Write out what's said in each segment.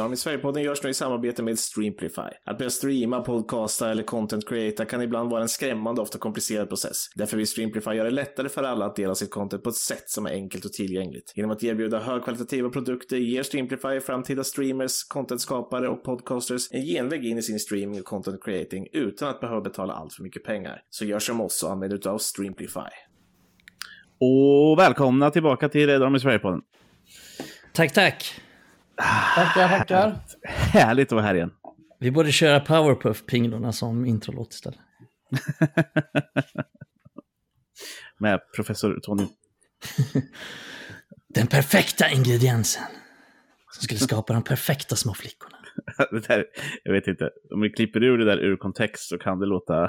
Redan i Sverigepodden görs nu i samarbete med Streamplify. Att börja streama, podcasta eller content creata kan ibland vara en skrämmande och ofta komplicerad process. Därför vill Streamplify göra det lättare för alla att dela sitt content på ett sätt som är enkelt och tillgängligt. Genom att erbjuda högkvalitativa produkter ger Streamplify framtida streamers, contentskapare och podcasters en genväg in i sin streaming och content creating utan att behöva betala allt för mycket pengar. Så gör som oss och använd utav Streamplify. Och välkomna tillbaka till Redan i Sverigepodden. Tack. Tackar. Härligt att vara här igen. Vi borde köra Powerpuff-pinglarna som introlåt istället. Med professor Tony. Den perfekta ingrediensen som skulle skapa de perfekta små flickorna. Det där, jag vet inte. Om vi klipper ur det där ur kontext så kan det låta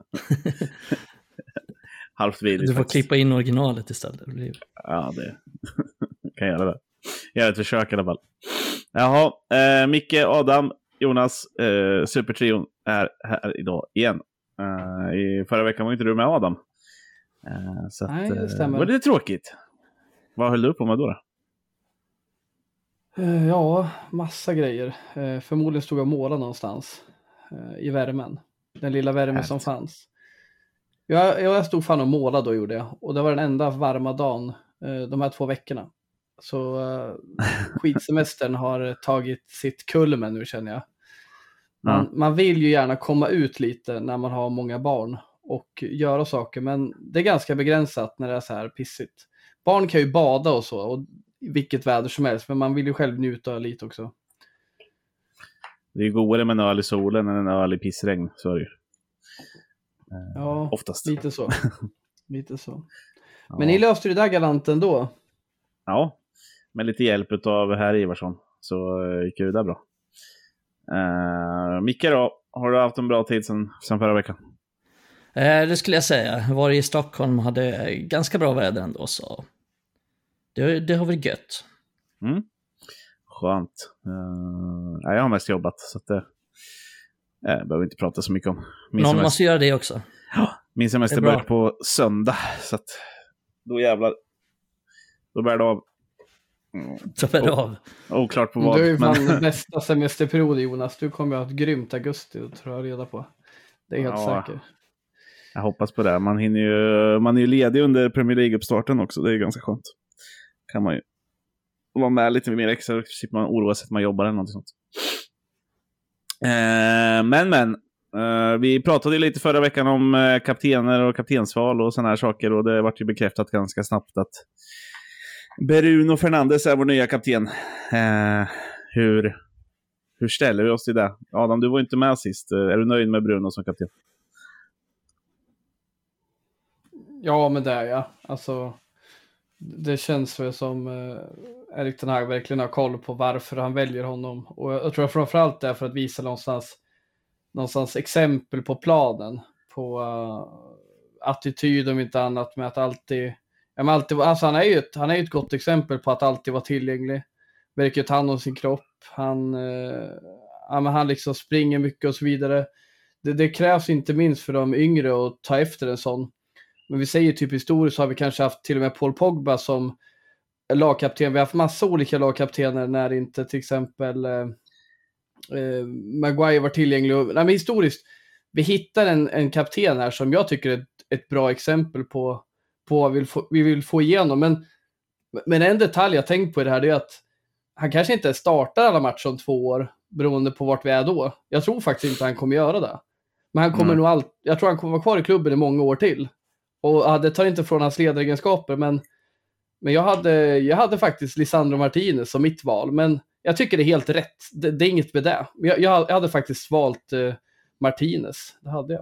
halvt vidrigt. Du får klippa in originalet istället. Ja, det kan jag göra det. Jag gör ett försök i alla fall. Jaha, Micke, Adam, Jonas, Supertrion är här idag igen. I förra veckan var inte du med Adam. Så nej, det stämmer. Var det tråkigt? Vad höll du på med då? Ja, massa grejer. Förmodligen stod jag och målade någonstans i värmen. Den lilla värmen som fanns. Jag stod fan och målade och gjorde jag. Och det var den enda varma dagen de här 2 veckorna. Så skidsemestern har tagit sitt kulmen nu, känner jag. Man vill ju gärna komma ut lite när man har många barn och göra saker, men det är ganska begränsat när det är så här pissigt. Barn kan ju bada och så, och vilket väder som helst, men man vill ju själv njuta lite också. Det är godare med en öl i solen än en öl i pissregn, så är det ju. Ja, oftast. Lite så. Men ni löste det där galant ändå. Ja, med lite hjälp av herr Ivarsson så gick det där bra. Micke då, har du haft en bra tid sen förra veckan? Det skulle jag säga. Jag var i Stockholm och hade ganska bra väder ändå, så det har varit gött. Skönt. Jag har mest jobbat, så att jag behöver inte prata så mycket om. Någon måste göra det också. Ja, min semester börjar på söndag, så att då jävlar. Då bär det av. Oklart på vad. Du är ju fan den bästa semesterperioden, Jonas. Du kommer att ha ett grymt augusti, och tror jag reda på. Det är helt säker. Jag hoppas på det. Man är ju ledig under Premier League-uppstarten också. Det är ganska skönt. Kan man ju vara med lite mer extra. Så man oroar sig att man jobbar eller något sånt. Men vi pratade ju lite förra veckan om kaptener och kaptensval och såna här saker, och det vart ju bekräftat ganska snabbt att Bruno Fernandes är vår nya kapten. Hur ställer vi oss till det? Adam, du var inte med sist. Är du nöjd med Bruno som kapten? Ja, men det är jag. Alltså, det känns väl som Erik Ten Hag verkligen har koll på varför han väljer honom. Och jag tror framförallt det är för att visa någonstans exempel på planen. På attityd, om inte annat, med att alltid alltså han är ju ett gott exempel på att alltid vara tillgänglig. Verkar ta hand om sin kropp. Han liksom springer mycket och så vidare. Det krävs inte minst för de yngre att ta efter en sån. Men vi säger typ historiskt så har vi kanske haft till och med Paul Pogba som lagkapten. Vi har haft massa olika lagkaptener när inte till exempel Maguire var tillgänglig. Nej, men historiskt, vi hittar en kapten här som jag tycker är ett bra exempel på vad vi vill få igenom. Men en detalj jag tänkt på i det här är att han kanske inte startar alla matcher om 2 år beroende på vart vi är då. Jag tror faktiskt inte han kommer göra det. Men han kommer jag tror han kommer vara kvar i klubben i många år till. Och det tar inte från hans ledaregenskaper, men jag hade faktiskt Lisandro Martinez som mitt val, men jag tycker det är helt rätt. Det är inget med det. Jag hade faktiskt valt Martinez. Det hade jag.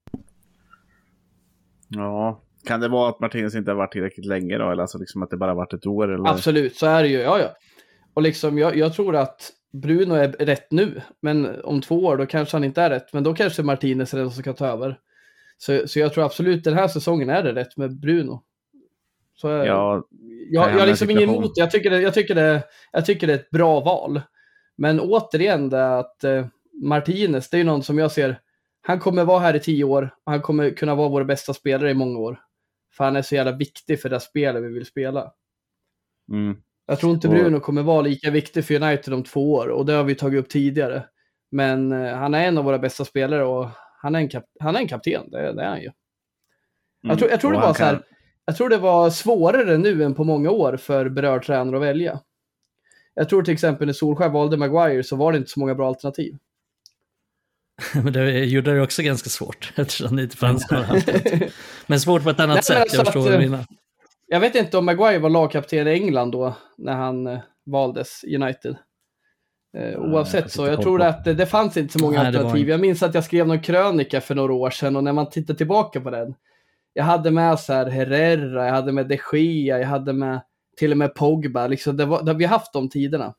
Ja, kan det vara att Martinez inte har varit tillräckligt länge då, eller alltså liksom att det bara varit ett år eller? Absolut, så är det ju. Ja. Och liksom jag tror att Bruno är rätt nu, men om 2 år då kanske han inte är rätt, men då kanske Martinez är den som ska ta över. Så jag tror absolut den här säsongen är det rätt med Bruno. Så jag har liksom ingen emot. Jag tycker det är ett bra val. Men återigen det att Martinez, det är ju någon som jag ser, han kommer vara här i 10 år. Han kommer kunna vara vår bästa spelare i många år. För han är så jävla viktig för det spelet vi vill spela. Jag tror inte Bruno kommer vara lika viktig för United om 2 år, och det har vi tagit upp tidigare. Men han är en av våra bästa spelare, och han är en kapten, det är han ju. Jag tror det var så här, jag tror det var svårare nu än på många år för berörd tränare att välja. Jag tror till exempel när Solskjaer valde Maguire så var det inte så många bra alternativ. Men det gjorde det också ganska svårt eftersom det inte fanns några alternativ. Men svårt på ett annat sätt, jag förstår vad du menar. Jag vet inte om Maguire var lagkapten i England då när han valdes United. Oavsett så, jag tror att det fanns inte så många alternativ. Jag minns att jag skrev någon krönika för några år sedan, och när man tittar tillbaka på den, jag hade med så här Herrera, jag hade med De Gea, jag hade med till och med Pogba. Liksom, det vi har haft de tiderna.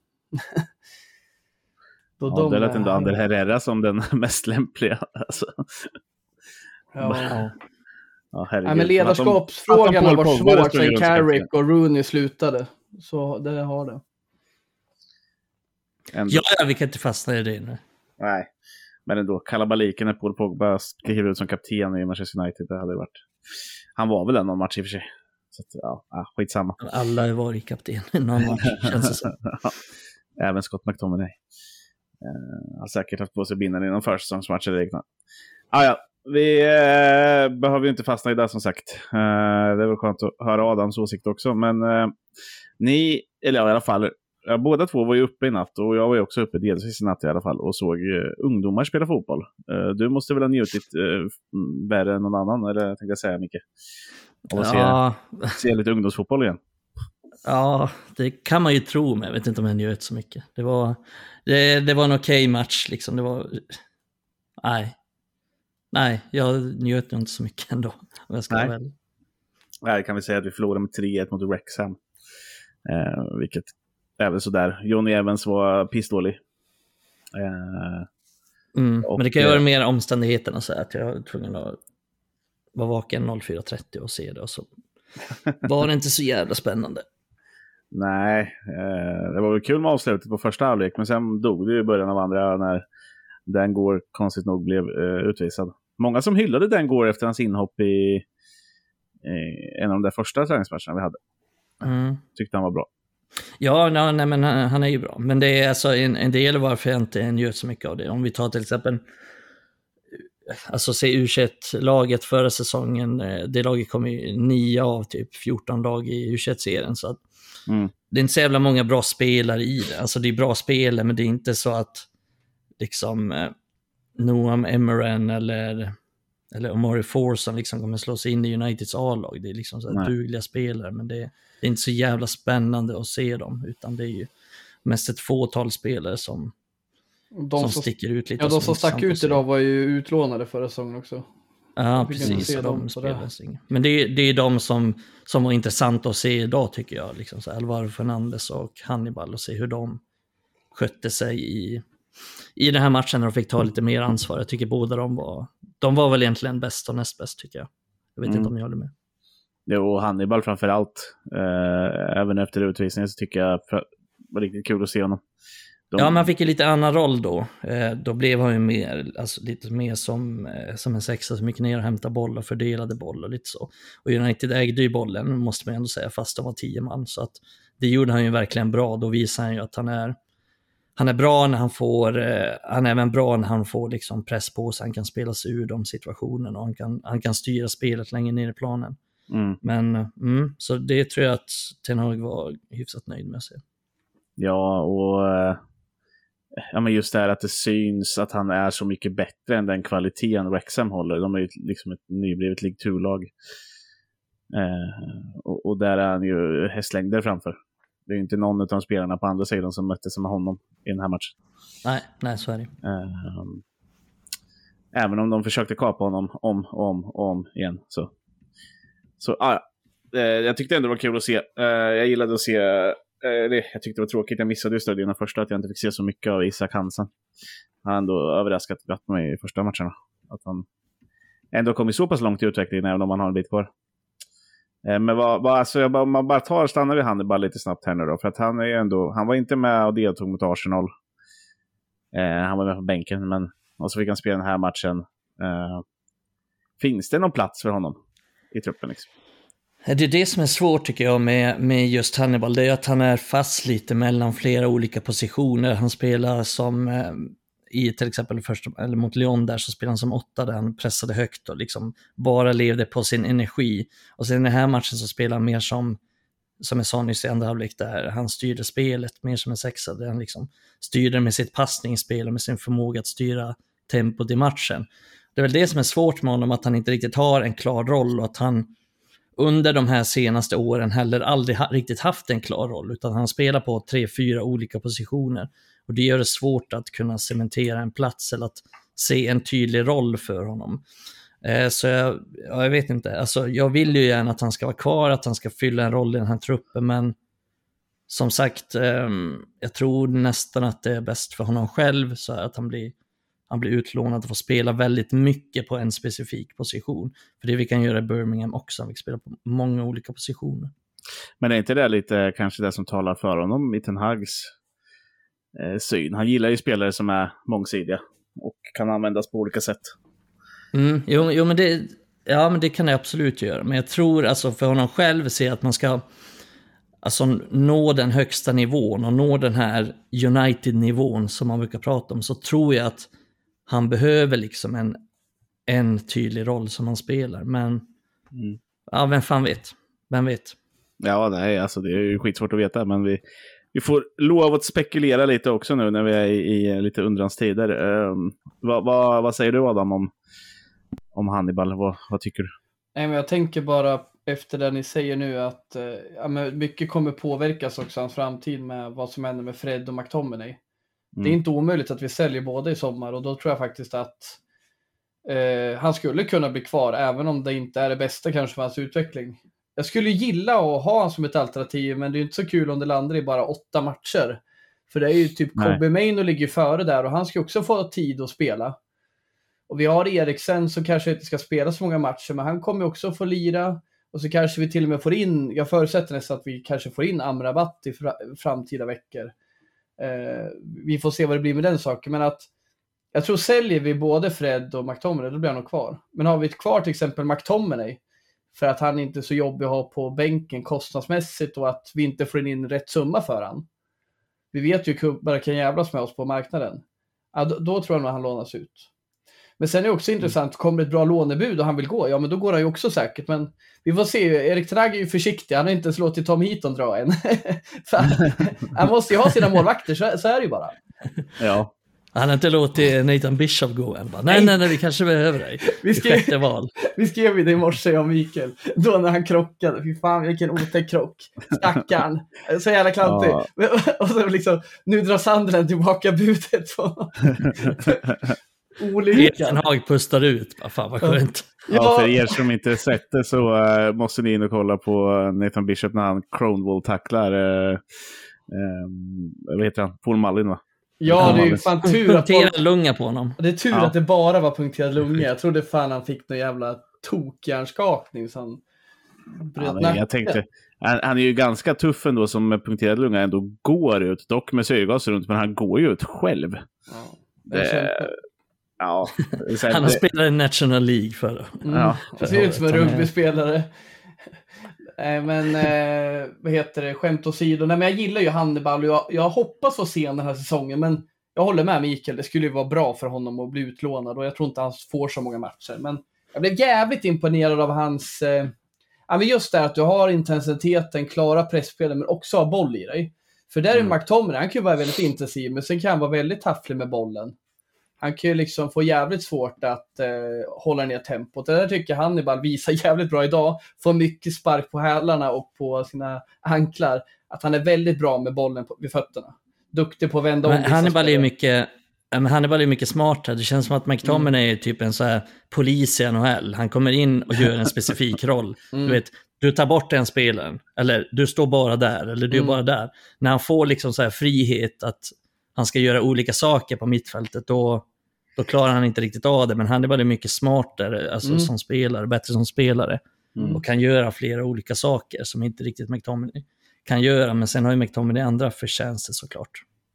Det lät ändå Ander Herrera som den mest lämpliga. Alltså. Ja, men ledarskapsfrågan har varit svår sen Carrick och Rooney slutade. Så det har det. Ändå. Ja, vi kan inte fastna i det nu. Nej, men ändå, kalabaliken när Paul Pogba skriver ut som kapten i Manchester United, det hade varit... Han var väl någon match i och för sig. Så att, skitsamma. Alla har varit kapten i någon match, känns det som. Även Scott McTominay. Har säkert haft på sig binden i någon försäsongsmatch eller liknande. Vi behöver ju inte fastna i det som sagt. Det är väl skönt att höra Adams åsikt också. Men ni, eller i alla fall, båda två var ju uppe i natt, och jag var ju också uppe delvis i natt i alla fall, och såg ungdomar spela fotboll. Du måste väl ha njutit värre än någon annan, eller tänkte jag säga, Micke? Och se lite ungdomsfotboll igen. Ja, det kan man ju tro, men jag vet inte om jag njöt så mycket. Det var en okej match liksom. Det var... Nej, jag njöt nog inte så mycket ändå. Om jag ska vara väl. Nej, kan vi säga att vi förlorade med 3-1 mot Wrexham. Vilket även sådär. Johnny Evans var pissdålig. Men det kan ju vara mer omständigheterna så att jag var tvungen att vara vaken 04.30 och se det, och så var det inte så jävla spännande. Nej, det var väl kul med avslutet på första halvlek, men sen dog det ju i början av andra när Dan Gore konstigt nog blev utvisad. Många som hyllade Dan Gore efter hans inhopp i en av de där första träningsmatcherna vi hade. Tyckte han var bra. Ja, nej, men han är ju bra. Men det är alltså en del varför jag inte njöt så mycket av det. Om vi tar till exempel, alltså se U21-laget förra säsongen, det laget kom ju 9 av typ 14 lag i U21-serien, så att det är inte så jävla många bra spelare i det. Alltså det är bra spelare, men det är inte så att liksom Noam Emeren eller Omari Forson liksom kommer slå sig in i Uniteds A-lag. Det är liksom så här dugliga spelare, men det är inte så jävla spännande att se dem, utan det är ju mest ett fåtal spelare som sticker ut lite. Ja, de som stack ut idag var ju utlånade förra säsongen också. Ja, precis. De spelas inget. Men det är de som var intressant att se idag, tycker jag. Liksom så Alvaro Fernandes och Hannibal, och se hur de skötte sig i den här matchen när de fick ta lite mer ansvar. Jag tycker båda de var väl egentligen bäst och näst bäst, tycker jag. Jag vet inte om ni håller med. Jo, Hannibal framförallt. Även efter utvisningen så tycker jag det var riktigt kul att se honom. Ja, man fick ju lite annan roll då. Då blev han ju mer, alltså lite mer som en sexa som gick ner och hämtade boll och fördelade boll och lite så. Och United ägde ju bollen, måste man ändå säga, fast de var 10 man. Så att det gjorde han ju verkligen bra. Då visar han ju att han är bra när han får, han är även bra när han får liksom press på sig. Han kan spela sig ur de situationerna, och han kan styra spelet längre ner i planen. Men så det tror jag att Ten Hag var hyfsat nöjd med sig. Ja, och men just det här att det syns att han är så mycket bättre än den kvaliteten Wrexham håller. De är ju liksom ett nyblivet League 2-lag. Och där är han ju hästlängder framför. Det är ju inte någon av de spelarna på andra sidan som mötte sig med honom i den här matchen. Nej, så är det. Även om de försökte kapa honom om igen. Jag tyckte ändå det var kul att se. Jag gillade att se... jag tyckte det var tråkigt. Jag missade just det i den första, att jag inte fick se så mycket av Isak Hansen. Han har ändå överraskat glatt mig i första matcherna. Att han ändå kommit så pass långt i utvecklingen, även om han har en bit kvar. Men man bara stannar vid Hannibal lite snabbt här nu då. För att han var inte med och deltog mot Arsenal. Han var med på bänken, men och så fick han spela den här matchen. Finns det någon plats för honom i truppen liksom? Det är det som är svårt tycker jag med just Hannibal. Det är att han är fast lite mellan flera olika positioner. Han spelar som i till exempel eller mot Lyon där så spelar han som 8 där han pressade högt och liksom bara levde på sin energi. Och sen i den här matchen så spelar han mer som jag sa nyss i andra halvlek där han styrde spelet mer som en 6 där han liksom styrde med sitt passningsspel och med sin förmåga att styra tempot i matchen. Det är väl det som är svårt med honom, att han inte riktigt har en klar roll och att han under de här senaste åren heller aldrig riktigt haft en klar roll, utan han spelar på 3-4 olika positioner och det gör det svårt att kunna cementera en plats eller att se en tydlig roll för honom. Så jag vet inte, alltså jag vill ju gärna att han ska vara kvar, att han ska fylla en roll i den här truppen, men som sagt, jag tror nästan att det är bäst för honom själv så att han blir utlånad och får spela väldigt mycket på en specifik position. För det vi kan göra i Birmingham också, vi spelar på många olika positioner. Men är inte det lite kanske det som talar för honom i Ten Hags syn? Han gillar ju spelare som är mångsidiga och kan användas på olika sätt. Jo, men det kan jag absolut göra. Men jag tror alltså för honom själv se att man ska alltså nå den högsta nivån och nå den här United-nivån som man brukar prata om, så tror jag att han behöver liksom en tydlig roll som han spelar. Men ja, vem vet? Ja, nej, alltså det är ju skitsvårt att veta, men vi får lov att spekulera lite också nu när vi är i lite undranstider. Vad säger du Adam om Hannibal? Vad tycker du? Nej, men jag tänker bara efter det ni säger nu att mycket kommer påverkas också hans framtid med vad som händer med Fred och McTominay. Det är inte omöjligt att vi säljer båda i sommar och då tror jag faktiskt att han skulle kunna bli kvar även om det inte är det bästa kanske för hans utveckling. Jag skulle gilla att ha honom som ett alternativ, men det är inte så kul om det landar i bara 8 matcher. För det är ju typ Kobe Mainoo ligger före där och han ska också få tid att spela. Och vi har Eriksen som kanske inte ska spela så många matcher, men han kommer också få lira. Och så kanske vi till och med får in, jag förutsätter nästan att vi kanske får in Amrabat i framtida veckor. Vi får se vad det blir med den saken, men att jag tror säljer vi både Fred och McTominay, då blir han nog kvar. Men har vi kvar till exempel McTominay för att han inte är så jobbig att ha på bänken kostnadsmässigt och att vi inte får in rätt summa för han. Vi vet ju hur bara kan jävlas med oss på marknaden. Ja, då tror jag att han lånas ut. Men sen är det också intressant, kommer det ett bra lånebud och han vill gå, ja men då går han ju också säkert. Men vi får se, Erik Ten Hag är ju försiktig, han har inte ens låtit Tom Heaton dra än. Han måste ju ha sina målvakter, så är det ju bara. Ja. Han har inte låtit Nathan Bishop gå än. Nej, vi kanske behöver dig. Vi skrev ju det i morse, jag och Mikael. Då när han krockade. Fy fan, vilken otäck krock. Stackarn. Så jävla klantig. Ja. Och så liksom, nu drar Sandren tillbaka budet. Ten Hag pustar ut. Fan vad skönt. Ja, för er som inte sett det så måste ni in och kolla på Nathan Bishop när han Cronwall tacklar vad heter han? Paul Mullin, va? Ja, det är ju fan tur att punkterad lunga på honom. Det är tur att det bara var punkterad lunga. Jag trodde fan han fick någon jävla tokhjärnskakning så han bröt nacken. Jag tänkte, han är ju ganska tuff ändå som med punkterad lunga ändå går ut. Dock med syrgas runt, men han går ju ut själv. Ja, han har spelat i National League för. Det ser ut som en rugbyspelare. Men vad heter det, skämt åsido. Nej, men jag gillar ju Hannibal och jag hoppas få se den här säsongen, men jag håller med Mikael, det skulle ju vara bra för honom att bli utlånad och jag tror inte han får så många matcher, men jag blev jävligt imponerad av hans men just det att du har intensiteten, klara pressspelen men också har boll i dig. För där är McTominay, han kan ju vara väldigt intensiv men sen kan han vara väldigt tafflig med bollen. Han kan ju liksom få jävligt svårt att hålla ner tempot. Det där tycker Hannibal visar jävligt bra idag. Får mycket spark på hälarna och på sina anklar. Att han är väldigt bra med bollen vid fötterna. Duktig på att vända om. Hannibal är mycket smartare. Det känns som att McTominay är typ en så här polis i NHL. Han kommer in och gör en specifik roll. Du vet, du tar bort den spelaren. Eller du står bara där. Eller du är bara där. När han får liksom så här frihet att han ska göra olika saker på mittfältet, då klarar han inte riktigt av det. Men han är bara mycket smartare alltså som spelare, bättre som spelare. Och kan göra flera olika saker som inte riktigt McTominay kan göra. Men sen har ju McTominay andra förtjänster såklart.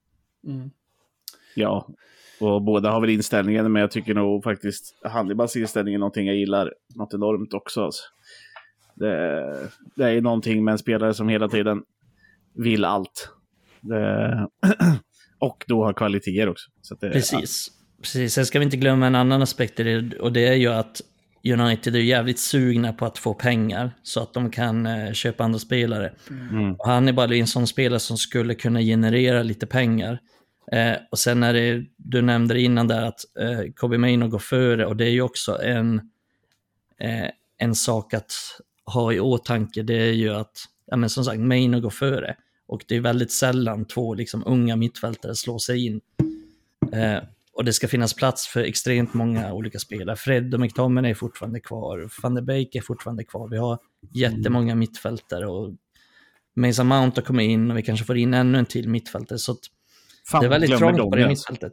Ja, och båda har väl inställningen, men jag tycker nog faktiskt Hannibals inställning är någonting jag gillar något enormt också. Alltså. Det är ju någonting med en spelare som hela tiden vill allt. Och då har kvaliteter också. Så att Precis. Sen ska vi inte glömma en annan aspekt i det, och det är ju att United är jävligt sugna på att få pengar så att de kan köpa andra spelare. Och han är bara en sån spelare som skulle kunna generera lite pengar. Och sen är det, du nämnde innan där att Kobbie Mainoo går före, och det är ju också en sak att ha i åtanke. Det är ju att, ja, men som sagt, Mainoo går före, och det är väldigt sällan två liksom unga mittfältare slår sig in. Och det ska finnas plats för extremt många olika spelare. Fred och McTominay är fortfarande kvar. Van de Beek är fortfarande kvar. Vi har jättemånga mittfältare, och Mason Mount har kommit in, och vi kanske får in ännu en till mittfältare. Så det är väldigt trångt på det mittfältet.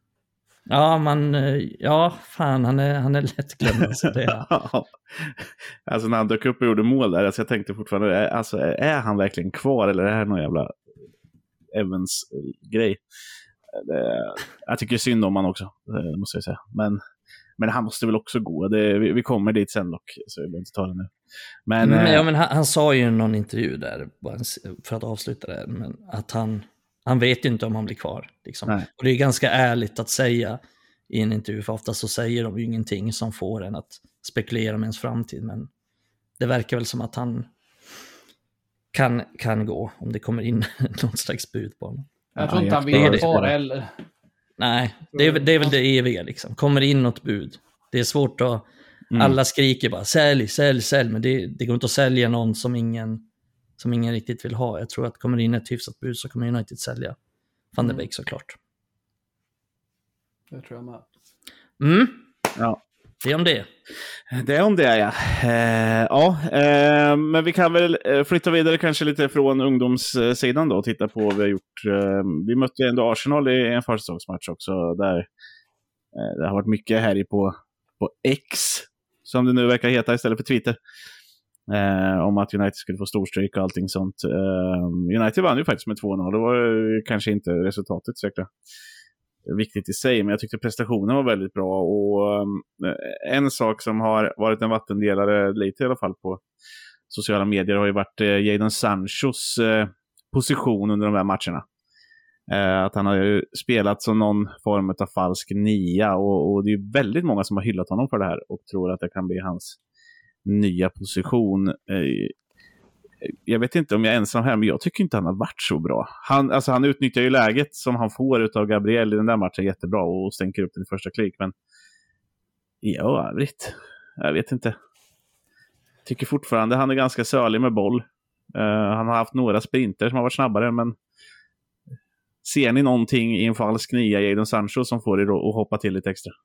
Ja, fan, han är lätt glömd. Alltså, alltså när han dök upp och gjorde mål där, alltså jag tänkte fortfarande, alltså, är han verkligen kvar, eller är det någon jävla Evans-grej? Jag tycker synd om han också, måste jag säga. Men han måste väl också gå. Vi kommer dit sen dock, så vi behöver inte ta det nu. Men han sa ju i någon intervju där, för att avsluta det, men att han vet ju inte om han blir kvar. Liksom. Och det är ganska ärligt att säga i en intervju, för ofta så säger de ju ingenting som får en att spekulera med ens framtid. Men det verkar väl som att han kan gå om det kommer in någon slags bud på honom. Jag tror inte han vill kvar heller. Nej, det är väl det eviga liksom. Kommer in något bud. Det är svårt att... Alla skriker bara sälj, men det går inte att sälja någon som ingen riktigt vill ha. Jag tror att kommer in ett hyfsat bud så kommer United sälja Van de Beek såklart. Det tror jag med. Ja. Det är om det. Det är om det, ja. Men vi kan väl flytta vidare kanske lite från ungdomssidan då och titta på vad vi har gjort. Vi mötte ju ändå Arsenal i en försäsongsmatch också, där det har varit mycket här på X, som det nu verkar heta istället för Twitter, om att United skulle få storstryk och allting sånt. United vann ju faktiskt med 2-0. Det var kanske inte resultatet så viktigt i sig, men jag tyckte prestationen var väldigt bra, och en sak som har varit en vattendelare lite i alla fall på sociala medier har ju varit Jadon Sanchos position under de här matcherna. Att han har ju spelat som någon form av falsk nia, och det är ju väldigt många som har hyllat honom för det här och tror att det kan bli hans nya position. Jag vet inte om jag är ensam här, men jag tycker inte han har varit så bra. Han utnyttjar ju läget som han får av Gabriel i den där matchen jättebra och stänker upp den i första klick, men i övrigt, jag vet inte. Tycker fortfarande han är ganska sölig med boll. Han har haft några sprinter som har varit snabbare, men ser ni någonting i en falsk nia Jadon Sancho som får er att hoppa till lite extra?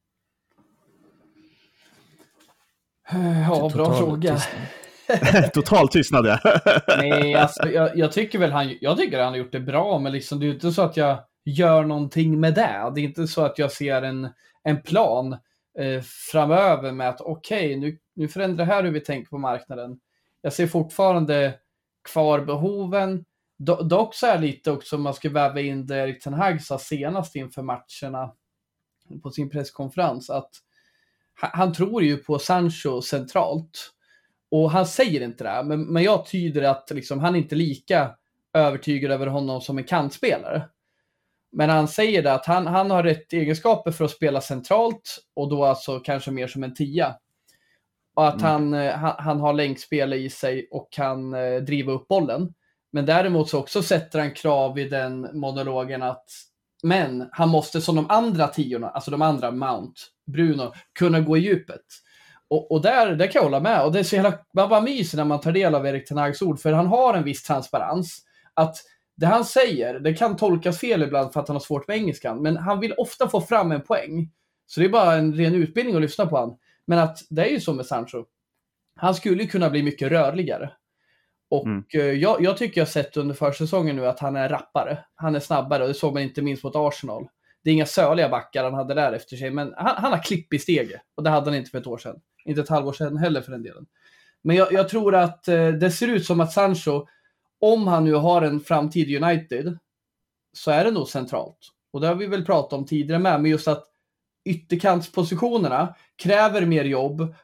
Ja, bra fråga. Total tystnad, ja. Nej, alltså, jag tycker han har gjort det bra, men liksom, det är inte så att jag gör någonting med det. Det är inte så att jag ser en plan framöver med att okej, nu förändrar här hur vi tänker på marknaden. Jag ser fortfarande kvar behoven. Dock så är lite också, man ska väva in det Erik Ten Hag sa senast inför matcherna på sin presskonferens, att han tror ju på Sancho centralt. Och han säger inte det, men jag tyder att liksom, han är inte lika övertygad över honom som en kantspelare. Men han säger det att han har rätt egenskaper för att spela centralt, och då alltså kanske mer som en 10. Och att han har längdspel i sig och kan driva upp bollen. Men däremot så också sätter han krav i den monologen att han måste som de andra 10:orna, alltså de andra Mount, Bruno, kunna gå i djupet. Och där kan jag hålla med. Och det är så jävla, man bara myser när man tar del av Erik Ten Hags ord. För han har en viss transparens. Att det han säger, det kan tolkas fel ibland för att han har svårt med engelskan. Men han vill ofta få fram en poäng. Så det är bara en ren utbildning att lyssna på han. Men att det är ju så med Sancho. Han skulle kunna bli mycket rörligare. Och jag tycker jag har sett under försäsongen nu att han är rappare. Han är snabbare, och det såg man inte minst mot Arsenal. Det är inga söliga backar han hade där efter sig. Men han har klipp i steget. Och det hade han inte för ett år sedan. Inte ett halvår sedan heller för den delen. Men jag tror att det ser ut som att Sancho, om han nu har en framtid i United, så är det nog centralt. Och det har vi väl pratat om tidigare med. Men just att ytterkantspositionerna kräver mer jobb.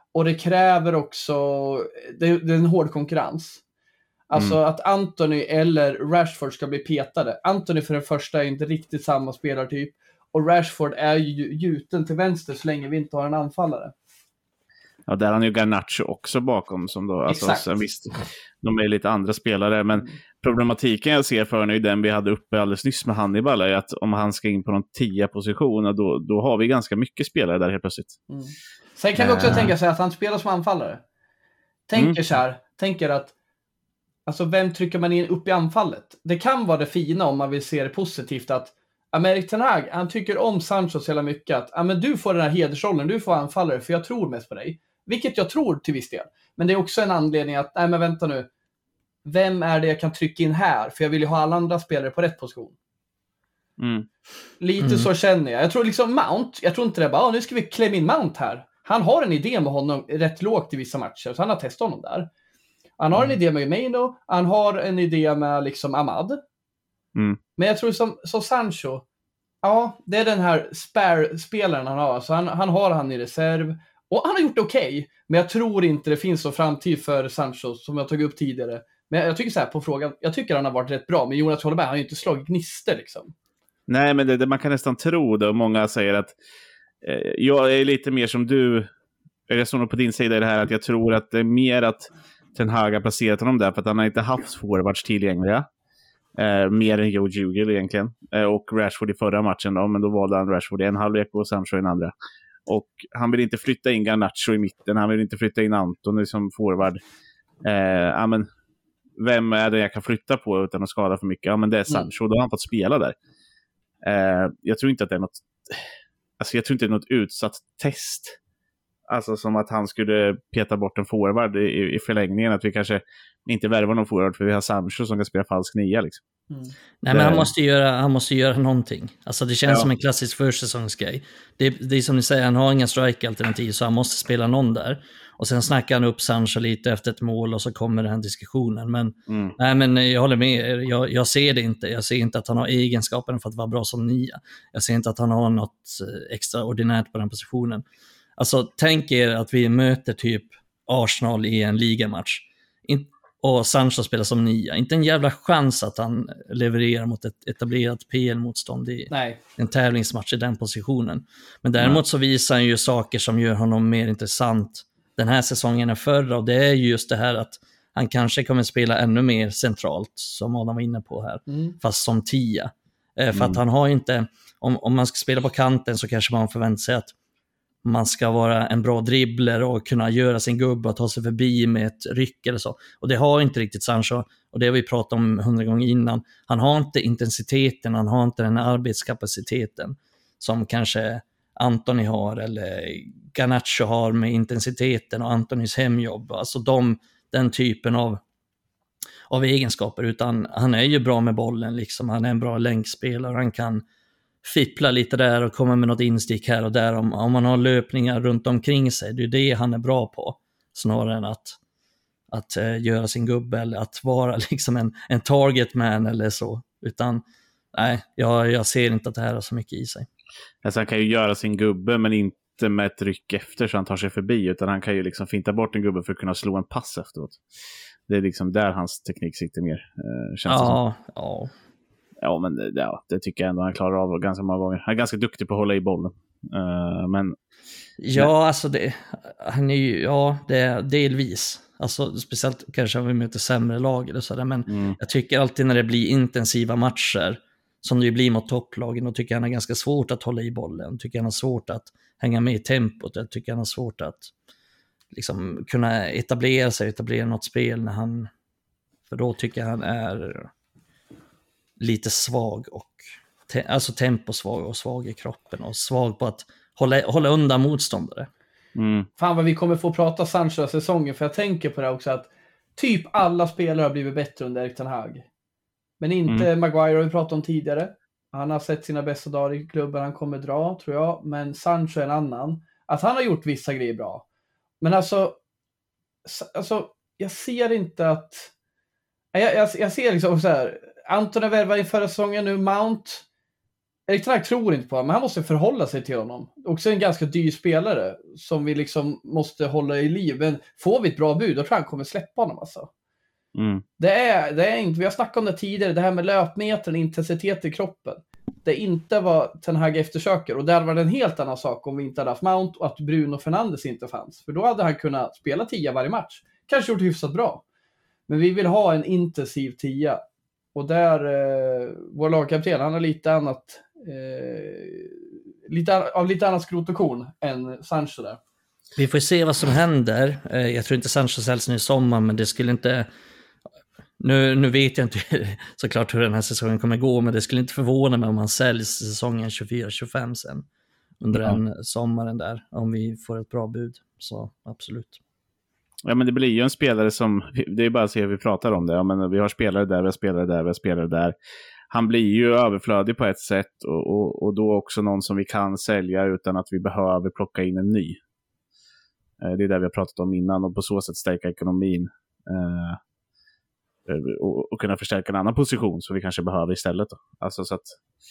Och det kräver också, det är en hård konkurrens. Alltså att Antony eller Rashford ska bli petade. Antony för det första är inte riktigt samma spelartyp. Och Rashford är ju gjuten till vänster så länge vi inte har en anfallare. Ja, där har han ju Garnacho också bakom. Som då, alltså, visst, de är lite andra spelare. Men problematiken jag ser för nu, den vi hade uppe alldeles nyss med Hannibal, är att om han ska in på någon 10-position, då har vi ganska mycket spelare där helt plötsligt. Sen kan vi också tänka sig att han spelar som anfallare. Tänker att alltså vem trycker man in upp i anfallet? Det kan vara det fina om man vill se det positivt att Erik ten Hag, han tycker om Sancho så jävla mycket att men du får den här hedersrollen, du får anfallare för jag tror mest på dig. Vilket jag tror till viss del. Men det är också en anledning att, men vänta nu. Vem är det jag kan trycka in här? För jag vill ju ha alla andra spelare på rätt position. Lite så känner jag. Jag tror liksom Mount, jag tror inte det bara, nu ska vi klämma in Mount här. Han har en idé med honom rätt lågt i vissa matcher, så han har testat honom där. Han har en idé med Meno, han har en idé med liksom Ahmad. Men jag tror som Sancho, ja, det är den här spelaren han har. Så han har han i reserv. Och han har gjort det okej. Men jag tror inte det finns så framtid för Sancho som jag tagit upp tidigare. Men jag tycker så här på frågan, jag tycker han har varit rätt bra. Men Jonas håller med, han har ju inte slagit gnister liksom. Nej, men det man kan nästan tro det. Och många säger att jag är lite mer som du. Jag står nog på din sida i det här, att jag tror att det är mer att Ten Hag har placerat honom där för att han har inte haft forwards tillgängliga. Mer än Joe Jugel egentligen. Och Rashford i förra matchen då, men då valde han Rashford i en halvlek och Sancho i en andra. Och han vill inte flytta in Garnacho i mitten, han vill inte flytta in Antony som forward. Men vem är det jag kan flytta på utan att skada för mycket? Ja, men det är Sancho, då har han fått spela där. Jag tror inte att det är något, alltså jag tror inte det är något utsatt test. Alltså som att han skulle peta bort en forward i förlängningen, att vi kanske inte värvar någon forward för vi har Sancho som kan spela falsk nia liksom. Nej, men han måste göra någonting. Alltså det känns som en klassisk försäsongsgrej. Det är som ni säger, han har inga strike-alternativ så han måste spela någon där. Och sen snackar han upp Sancho lite efter ett mål och så kommer den här diskussionen. Men, nej, men jag håller med, jag ser det inte. Jag ser inte att han har egenskapen för att vara bra som nia. Jag ser inte att han har något extraordinärt på den positionen. Alltså tänk er att vi möter typ Arsenal i en ligamatch. Och Sancho spelar som nia. Inte en jävla chans att han levererar mot ett etablerat PL-motstånd i en tävlingsmatch i den positionen. Men däremot så visar han ju saker som gör honom mer intressant den här säsongen än förra. Och det är just det här att han kanske kommer spela ännu mer centralt, som Adam var inne på här. Fast som 10. För att han har inte, om man ska spela på kanten så kanske man förväntar sig att man ska vara en bra dribbler och kunna göra sin gubbe och ta sig förbi med ett ryck eller så. Och det har inte riktigt Sancho. Och det har vi pratat om 100 gånger innan. Han har inte intensiteten, han har inte den arbetskapaciteten som kanske Antony har eller Garnacho har med intensiteten och Antonys hemjobb. Alltså den typen av egenskaper. Utan han är ju bra med bollen liksom. Han är en bra länkspelare. Han kan fippla lite där och komma med något instick här och där om man har löpningar runt omkring sig. Det är det han är bra på, snarare än att göra sin gubbe eller att vara liksom en target man eller så. Utan nej, jag ser inte att det här har så mycket i sig. Alltså han kan ju göra sin gubbe men inte med ett ryck efter så han tar sig förbi, utan han kan ju liksom finta bort en gubbe för att kunna slå en pass efteråt. Det är liksom där hans teknik sitter mer, känns det som. Ja, men det tycker jag ändå han klarar av ganska många gånger. Han är ganska duktig på att hålla i bollen. Men alltså han är ju, det är delvis. Alltså speciellt kanske om vi möter sämre lag eller sådär. Men jag tycker alltid när det blir intensiva matcher, som det blir mot topplagen, då tycker jag han har ganska svårt att hålla i bollen. Tycker han har svårt att hänga med i tempot. Jag tycker han har svårt att liksom kunna etablera något spel för då tycker jag han är lite svag och alltså temposvag och svag i kroppen och svag på att hålla undan motståndare. Fan vad vi kommer få prata Sancho-säsongen, för jag tänker på det också att typ alla spelare har blivit bättre under Erik ten Hag. Men inte Maguire har vi pratat om tidigare. Han har sett sina bästa dagar i klubben, han kommer dra tror jag. Men Sancho är en annan. Att han har gjort vissa grejer bra. Men alltså jag ser inte att jag ser liksom så här, Antony värvar i förra säsongen nu, Mount Erik Ten Hag tror inte på honom, men han måste förhålla sig till honom. Också en ganska dyr spelare som vi liksom måste hålla i liv. Men får vi ett bra bud, då tror jag han kommer släppa honom alltså. Det är inte, vi har snackat om det tidigare, det här med löpmetern, intensitet i kroppen. Det är inte vad Ten Hag eftersöker. Och där var det en helt annan sak om vi inte hade haft Mount och att Bruno Fernandes inte fanns. För då hade han kunnat spela 10 varje match. Kanske gjort hyfsat bra. Men vi vill ha en intensiv 10. Och där, vår lagkapten, han har lite annat lite annat skrot och korn än Sancho där. Vi får se vad som händer. Jag tror inte Sancho säljs nu i sommar, men det skulle inte... Nu vet jag inte såklart hur den här säsongen kommer gå, men det skulle inte förvåna mig om han säljs säsongen 24-25 sen. Under den sommaren där, om vi får ett bra bud. Så absolut. Ja, men det blir ju en spelare som, det är bara att se hur vi pratar om det. Ja, men vi har spelare där, vi har spelare där, vi har spelare där. Han blir ju överflödig på ett sätt och då också någon som vi kan sälja utan att vi behöver plocka in en ny. Det är det vi har pratat om innan och på så sätt stärka ekonomin. Och kunna förstärka en annan position som vi kanske behöver istället då. Alltså så att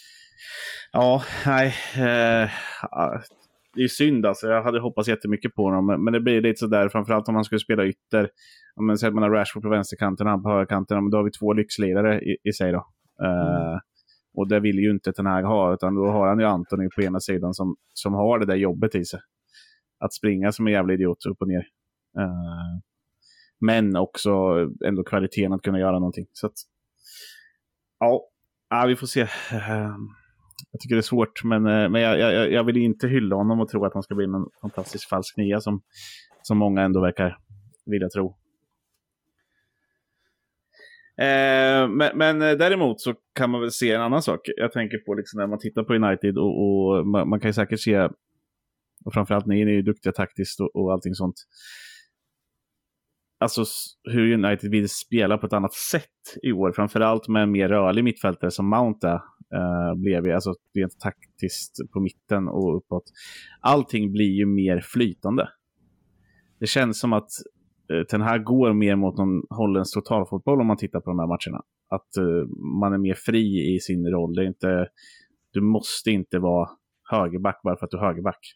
det är synd alltså. Jag hade hoppats jättemycket på honom, men det blir lite sådär, framförallt om man skulle spela ytter. Om man säger att man har Rashford på vänsterkanten och han på högerkanten, då har vi 2 lyxledare i sig då. Och det vill ju inte Ten Hag ha, utan då har han ju Antony på ena sidan som har det där jobbet i sig. Att springa som en jävla idiot upp och ner. Men också ändå kvaliteten att kunna göra någonting. Så att, ja, vi får se. Jag tycker det är svårt, men jag vill inte hylla honom och tro att han ska bli en fantastisk falsk nia som många ändå verkar vilja tro. Men däremot så kan man väl se en annan sak. Jag tänker på liksom när man tittar på United och man kan ju säkert se, och framförallt ni är ju duktiga taktiskt och allting sånt. Alltså hur United vill spela på ett annat sätt i år. Framförallt med en mer rörlig mittfältare som Mount blev vi. Alltså rent taktiskt på mitten och uppåt. Allting blir ju mer flytande. Det känns som att den här går mer mot någon holländsk totalfotboll om man tittar på de här matcherna. Att man är mer fri i sin roll. Det är inte, du måste inte vara högerback bara för att du är högerback.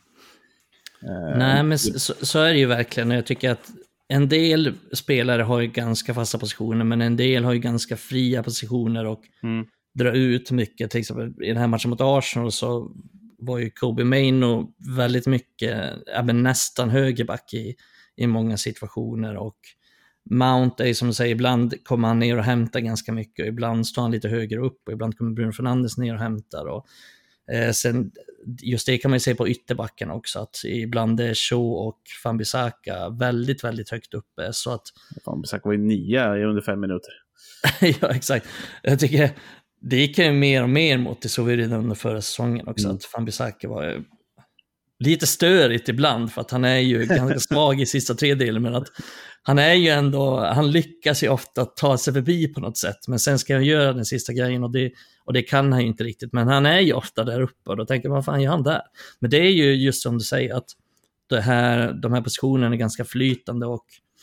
Nej, men så är det ju verkligen. Jag tycker att en del spelare har ju ganska fasta positioner, men en del har ju ganska fria positioner och drar ut mycket. Till exempel i den här matchen mot Arsenal så var ju Kobe Mainoo väldigt mycket, nästan högerback i många situationer, och Mount är som du säger, ibland kommer han ner och hämtar ganska mycket, och ibland står han lite högre upp, och ibland kommer Bruno Fernandes ner och hämtar, och sen just det kan man ju se på ytterbacken också, att ibland är Shaw och Wan-Bissaka väldigt, väldigt högt uppe, så att Wan-Bissaka var ju 9 i under 5 minuter. Ja, exakt. Jag tycker det gick ju mer och mer mot det, så vi redan under förra säsongen också, att Wan-Bissaka var lite störigt ibland, för att han är ju ganska svag i sista tredjedelen, men att han är ju ändå, han lyckas ju ofta ta sig förbi på något sätt, men sen ska han göra den sista grejen, och det kan han ju inte riktigt, men han är ju ofta där uppe, och då tänker man, vad fan gör han där? Men det är ju just som du säger, att de här positionerna är ganska flytande, och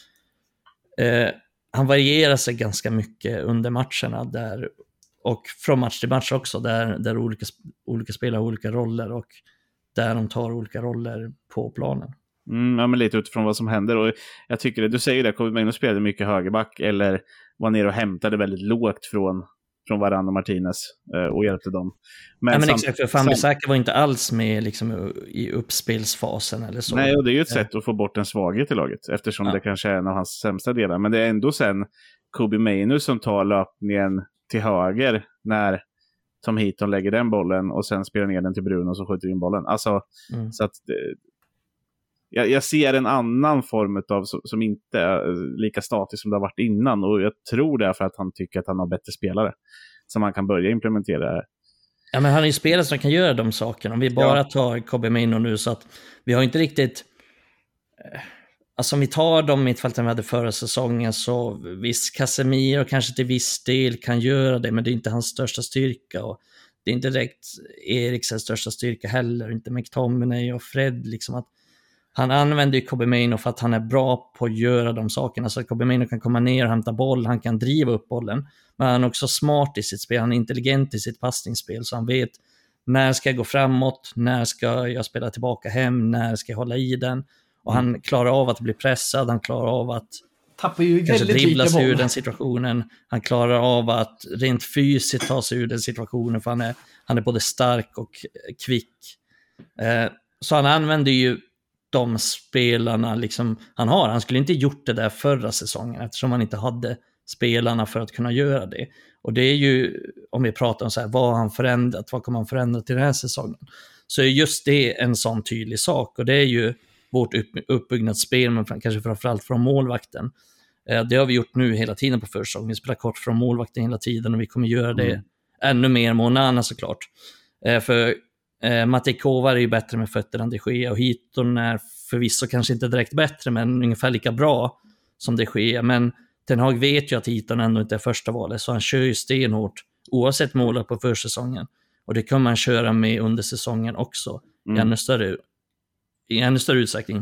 han varierar sig ganska mycket under matcherna där, och från match till match också, där olika spelare har olika roller, och där de tar olika roller på planen. Ja, men lite utifrån vad som händer. Och jag tycker det, du säger det, Kobe Mainoo spelade mycket högerback eller var nere och hämtade väldigt lågt från Varane och Martinez och hjälpte dem. Men exakt, för Wan-Bissaka var inte alls med liksom, i uppspelsfasen eller så. Nej, och det är ju ett sätt att få bort en svaghet i laget, eftersom det kanske är en av hans sämsta delar. Men det är ändå sen Kobe Mainoo som tar löpningen till höger när Tom Heaton lägger den bollen och sen spelar ner den till Bruno och så skjuter in bollen. Alltså, så att jag ser en annan form av som inte är lika statisk som det har varit innan, och jag tror det är för att han tycker att han har bättre spelare som man kan börja implementera här. Ja, men han är ju spelare som kan göra de sakerna. Om vi bara tar Kobe Mainoo nu, så att vi har inte riktigt, alltså om vi tar de mittfälten vi hade förra säsongen, så visst, Casemiro kanske till viss del kan göra det, men det är inte hans största styrka, och det är inte direkt Eriksens största styrka heller, inte McTominay och Fred liksom, att Han använder ju Kobbie Mainoo för att han är bra på att göra de sakerna. Så att Kobbie Mainoo kan komma ner och hämta boll, han kan driva upp bollen. Men han är också smart i sitt spel, han är intelligent i sitt passningsspel. Så han vet när ska jag gå framåt, när ska jag spela tillbaka hem, när ska jag hålla i den. Och han klarar av att bli pressad, han klarar av att tappar ju kanske väldigt dribbla lite sig ur boll. den situationen. Han klarar av att rent fysiskt ta sig ur den situationen, för han är både stark och kvick. Så han använder ju de spelarna liksom han har. Han skulle inte gjort det där förra säsongen eftersom han inte hade spelarna för att kunna göra det. Och det är ju, om vi pratar om så här, vad har han förändrat, vad kommer han förändra till den här säsongen? Så är just det en sån tydlig sak, och det är ju vårt uppbyggnadsspel, men kanske framförallt från målvakten. Det har vi gjort nu hela tiden på försäsongen. Vi spelar kort från målvakten hela tiden, och vi kommer göra det ännu mer med Onana såklart. För Matej Kovar är ju bättre med fötter än De Gea, och Heaton är förvisso kanske inte direkt bättre, men ungefär lika bra som De Gea. Men Ten Hag vet ju att Heaton ändå inte är första valet, så han kör ju stenhårt oavsett målet på försäsongen. Och det kan man köra med under säsongen också i ännu större utsträckning.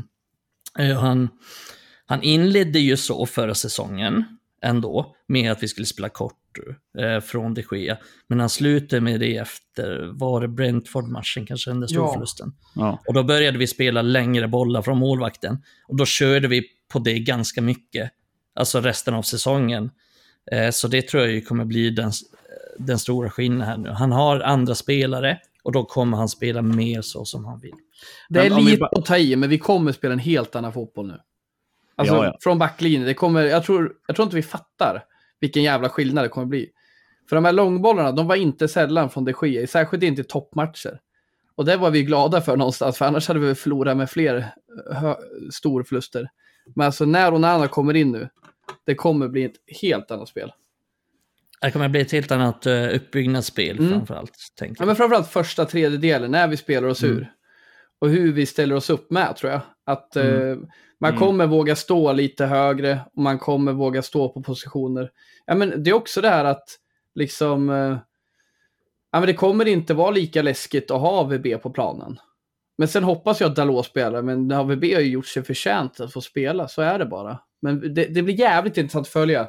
Han inledde ju så förra säsongen ändå med att vi skulle spela kort från De Gea, men han slutade med det efter, var det Brentford-matchen kanske, den där storförlusten. Ja. Och då började vi spela längre bollar från målvakten, och då körde vi på det ganska mycket, alltså resten av säsongen. Så det tror jag ju kommer bli den stora skillnaden här nu. Han har andra spelare, och då kommer han spela mer så som han vill. Det är lite att ta i, men vi kommer spela en helt annan fotboll nu. Alltså från backlinjen, det kommer, jag tror inte vi fattar vilken jävla skillnad det kommer bli. För de här långbollarna, de var inte sällan från De Gea, särskilt inte i toppmatcher. Och det var vi glada för någonstans, för annars hade vi förlorat med fler storförluster. Men alltså när Onana kommer in nu, det kommer bli ett helt annat spel. Det kommer bli ett helt annat uppbyggnadsspel framförallt, tänker jag. Ja, men framförallt första tredjedelen, när vi spelar oss ur. Och hur vi ställer oss upp med, tror jag. Att man kommer våga stå lite högre, och man kommer våga stå på positioner. Ja, men det är också det här att liksom, ja, men det kommer inte vara lika läskigt att ha AVB på planen. Men sen hoppas jag att Dalot spelar, men AVB har ju gjort sig förtjänt att få spela, så är det bara. Men det blir jävligt intressant att följa.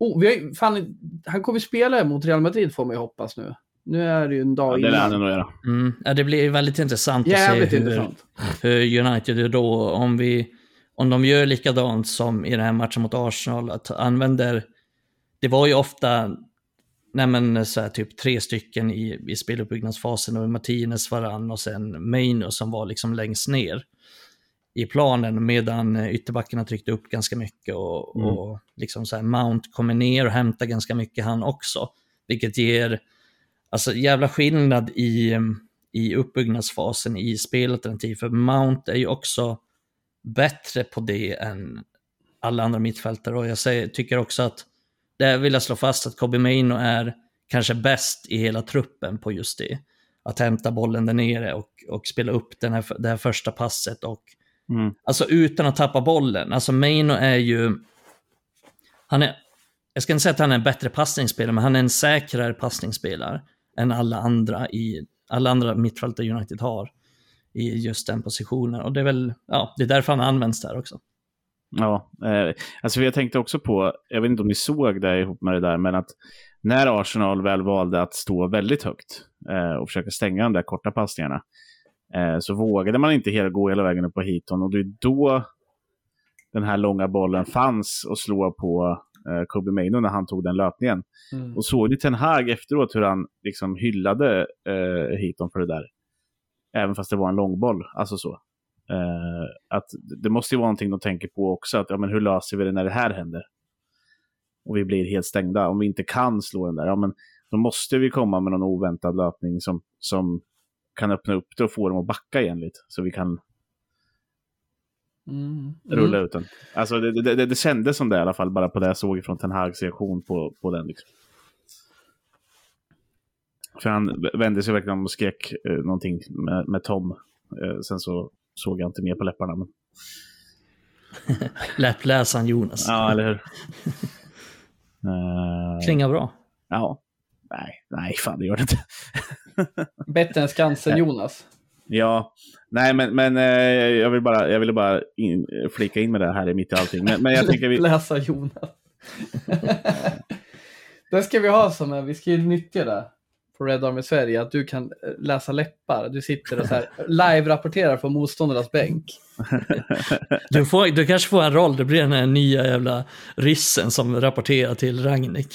Han kommer spela mot Real Madrid, får man ju hoppas nu. Nu är det ju en dag innan. Det lär nog göra. Ja, det blir väldigt intressant att se hur United då, om de gör likadant som i den här matchen mot Arsenal, att använder, det var ju ofta så här, typ 3 stycken i speluppbyggnadsfasen, och Martinez, Varane och sen Mainoo som var liksom längst ner i planen, medan ytterbackarna tryckte upp ganska mycket, och liksom så här, Mount kommer ner och hämtar ganska mycket han också, vilket ger alltså jävla skillnad i uppbyggnadsfasen i spelalternativ, för Mount är ju också bättre på det än alla andra mittfältare, och jag tycker också att där vill jag slå fast att Kobbie Mainoo är kanske bäst i hela truppen på just det, att hämta bollen där nere och spela upp det här första passet, och alltså utan att tappa bollen. Alltså Mainoo är ju, jag ska inte säga att han är en bättre passningsspelare, men han är en säkrare passningsspelare än alla andra mittfältare United har i just den positionen. Och det är väl, det är därför han används där också. Ja, alltså jag tänkte också på, jag vet inte om ni såg det ihop med det där, men att när Arsenal väl valde att stå väldigt högt och försöka stänga de där korta passningarna, så vågade man inte gå hela vägen upp på Heaton, och det är då den här långa bollen fanns att slå på Kobbie Mainoo när han tog den löpningen. Och såg ni Ten Hag efteråt hur han liksom hyllade Heaton för det där, även fast det var en långboll, alltså så. Att det måste ju vara någonting de tänker på också, att men hur löser vi det när det här händer och vi blir helt stängda, om vi inte kan slå den där, men då måste vi komma med någon oväntad löpning som kan öppna upp det och få dem att backa igen lite, så vi kan rulla ut den. Alltså det kändes som det i alla fall, bara på det jag såg från Ten Hags reaktion på den liksom. För han vände sig verkligen och skrek någonting med Tom. Sen så såg jag inte mer på läpparna. Men... Läppläsaren Jonas. Ja, eller hur? Klingar bra. Ja. Nej, fan det gör det inte. Bättre än Skansen Jonas. Ja, nej men jag ville bara flika in med det här i mitt i allting. Men jag tänker läsa Jonas. Det ska vi ha som vi ska ju nyttja det på Red Army Sverige, att du kan läsa läppar. Du sitter och så här live-rapporterar på motståndarnas bänk. Du kanske får en roll, det blir den här nya jävla ryssen som rapporterar till Rangnick.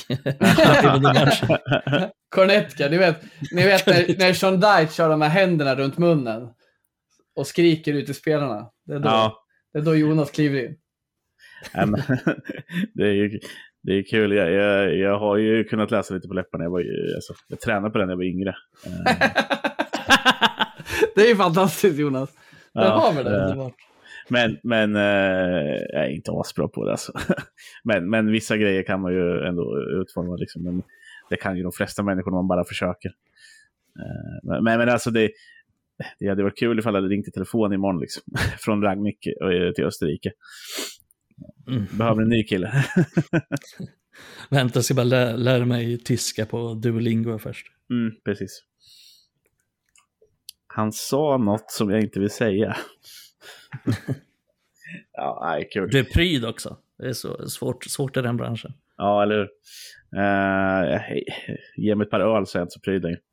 Kornetka, ni vet när Sean Dyche kör de här händerna runt munnen och skriker ut till spelarna. Det är då Jonas kliver in. Det är kul. Jag har ju kunnat läsa lite på läpparna. Jag tränade på den när jag var yngre. Det är ju fantastiskt, Jonas. Där har vi det. Men jag är inte asbra på det. Alltså. Men vissa grejer kan man ju ändå utforma. Liksom. Men det kan ju de flesta människor om man bara försöker. Men alltså det hade varit kul ifall jag hade ringt i telefon imorgon. Liksom, från Rangnick till Österrike. Behöver en ny kille. Vänta, jag ska bara lära mig tyska på Duolingo först. Precis. Han sa något som jag inte vill säga. Ja, nej, kul. Du är pryd också. Det är så svårt i den branschen. Ja, eller hur? Ge mig ett par öl så är jag inte så pryd längre.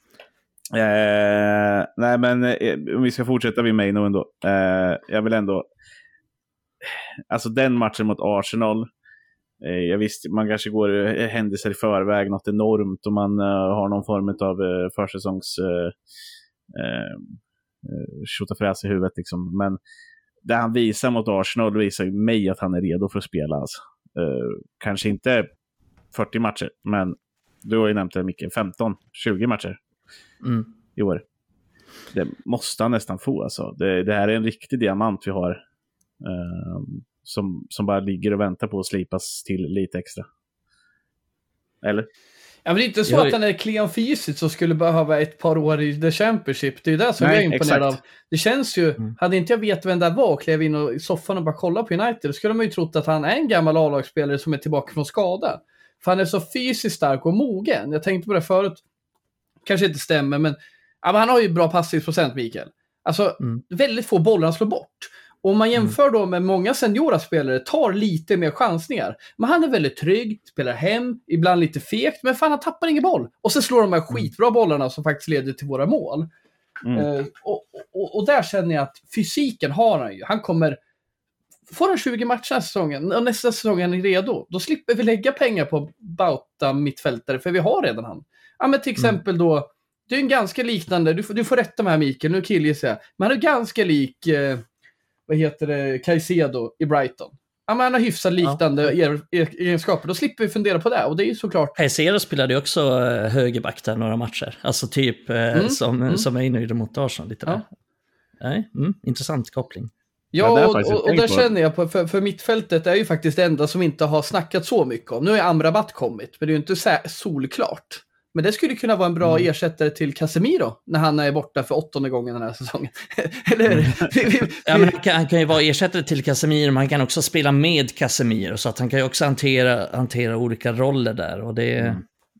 Nej, men om vi ska fortsätta vid mig nu ändå. Jag vill ändå... Alltså den matchen mot Arsenal, jag visste, man kanske går händelser i förväg, något enormt, och man har någon form av försäsongs tjotafräs i huvudet liksom. Men det han visar mot Arsenal visar ju mig att han är redo för att spela alltså. Kanske inte 40 matcher, men du har ju nämnt det mycket, 15-20 matcher i år. Det måste han nästan få alltså. Det här är en riktig diamant vi har. Som bara ligger och väntar på att slipas till lite extra. Eller? Ja, men det är inte så att han är klen fysiskt så skulle behöva ett par år i The Championship. Det är ju det som jag är imponerad av. Det känns ju, hade inte jag vet vem det var och klev in i soffan och bara kolla på United, då skulle man ju trott att han är en gammal A-lagsspelare som är tillbaka från skada. För han är så fysiskt stark och mogen. Jag tänkte på det förut. Kanske inte stämmer, men han har ju bra passningsprocent, Mikael. Alltså, väldigt få bollar han slår bort. Och om man jämför då med många seniora spelare, tar lite mer chansningar. Men han är väldigt trygg, spelar hem, ibland lite fegt, men fan, han tappar ingen boll. Och så slår de här skitbra bollarna som faktiskt leder till våra mål. Och där känner jag att fysiken har han ju. Han kommer, får han 20 matcher nästa säsongen, och nästa säsong är han redo. Då slipper vi lägga pengar på Bauta mittfältare, för vi har redan han. Ja, men till exempel då, det är en ganska liknande, du får rätta med här, Mikael, nu killgissar jag. Men han är ganska lik... vad heter det, Caicedo i Brighton. Ja, men han har hyfsat liknande egenskaper. Då slipper vi fundera på det. Och det är ju såklart... Caicedo spelade ju också högerback där några matcher. Alltså typ som är inne mot Arsenal lite där. Nej, intressant koppling. Ja, och där känner jag på, för mittfältet är ju faktiskt det enda som inte har snackat så mycket om. Nu är Amrabat kommit, men det är ju inte solklart. Men det skulle kunna vara en bra ersättare till Casemiro när han är borta för 8:e gången den här säsongen. Eller? Ja, men han kan ju vara ersättare till Casemiro, men han kan också spela med Casemiro, så att han kan ju också hantera olika roller där. Och det,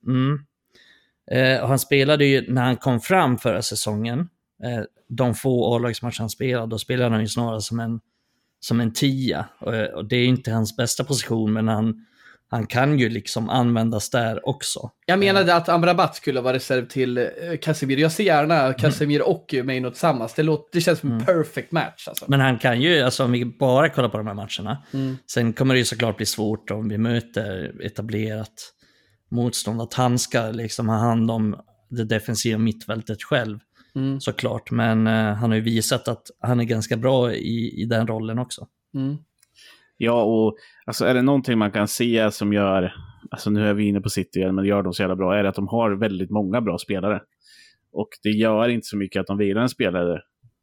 och han spelade ju, när han kom fram förra säsongen, de få A-lagsmatcher han spelade, då spelade han ju snarare som en 10. Och det är ju inte hans bästa position, men han kan ju liksom användas där också. Jag menade att Amrabat skulle vara reserv till Casemiro. Jag ser gärna Casemiro och Maino tillsammans. Det känns som en perfect match. Alltså. Men han kan ju, alltså om vi bara kollar på de här matcherna. Sen kommer det ju såklart bli svårt om vi möter etablerat motstånd. Att han ska liksom ha hand om det defensiva mittfältet själv. Såklart. Men han har ju visat att han är ganska bra i den rollen också. Ja, och alltså är det någonting man kan se som gör, alltså nu är vi inne på City igen, men gör de så jävla bra, är det att de har väldigt många bra spelare. Och det gör inte så mycket att de vilar en spelare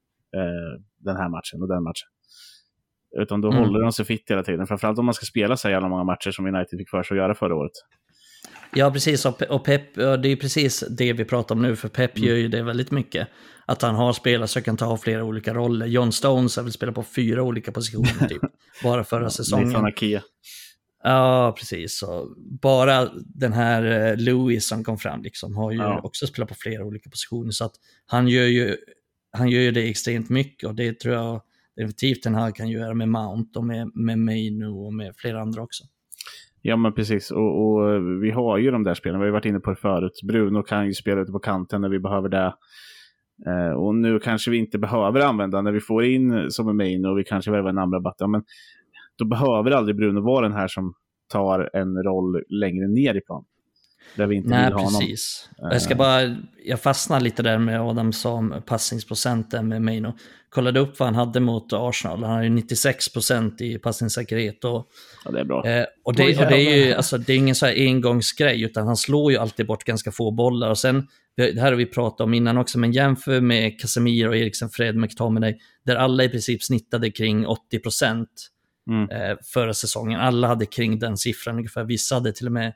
den här matchen och den matchen. Utan då håller de sig fitt hela tiden. Framförallt om man ska spela så jävla många matcher som United fick för sig att göra förra året. Ja, precis. Och Pep, det är precis det vi pratar om nu, för Pep gör ju det väldigt mycket. Att han har spelare så kan ta flera olika roller. John Stones har väl spelat på 4 olika positioner typ, bara förra säsongen. Ja, precis. Så bara den här Louis som kom fram liksom, har ju också spelat på flera olika positioner. Så att han gör ju han gör ju det extremt mycket och det tror jag definitivt den här kan göra med Mount och med Mainu och med flera andra också. Ja, men precis. Och vi har ju de där spelen. Vi har ju varit inne på det förut. Bruno kan ju spela ute på kanten när vi behöver det. Och nu kanske vi inte behöver använda när vi får in som en main och vi kanske värvar en Amrabat. Ja, men då behöver aldrig Bruno vara den här som tar en roll längre ner i plan. Där vi inte vill ha precis. Någon. Jag fastnar lite där med Adam som passningsprocenten med Maino. Kollade upp vad han hade mot Arsenal. Han har ju 96% i passningssäkerhet. Och, ja, det är bra. Och det är ju alltså, det är ingen så här engångsgrej, utan han slår ju alltid bort ganska få bollar. Och sen, det här har vi pratat om innan också, men jämför med Casemiro och Eriksen, Fred, McTominay, där alla i princip snittade kring 80% förra säsongen. Alla hade kring den siffran ungefär. Vissa hade till och med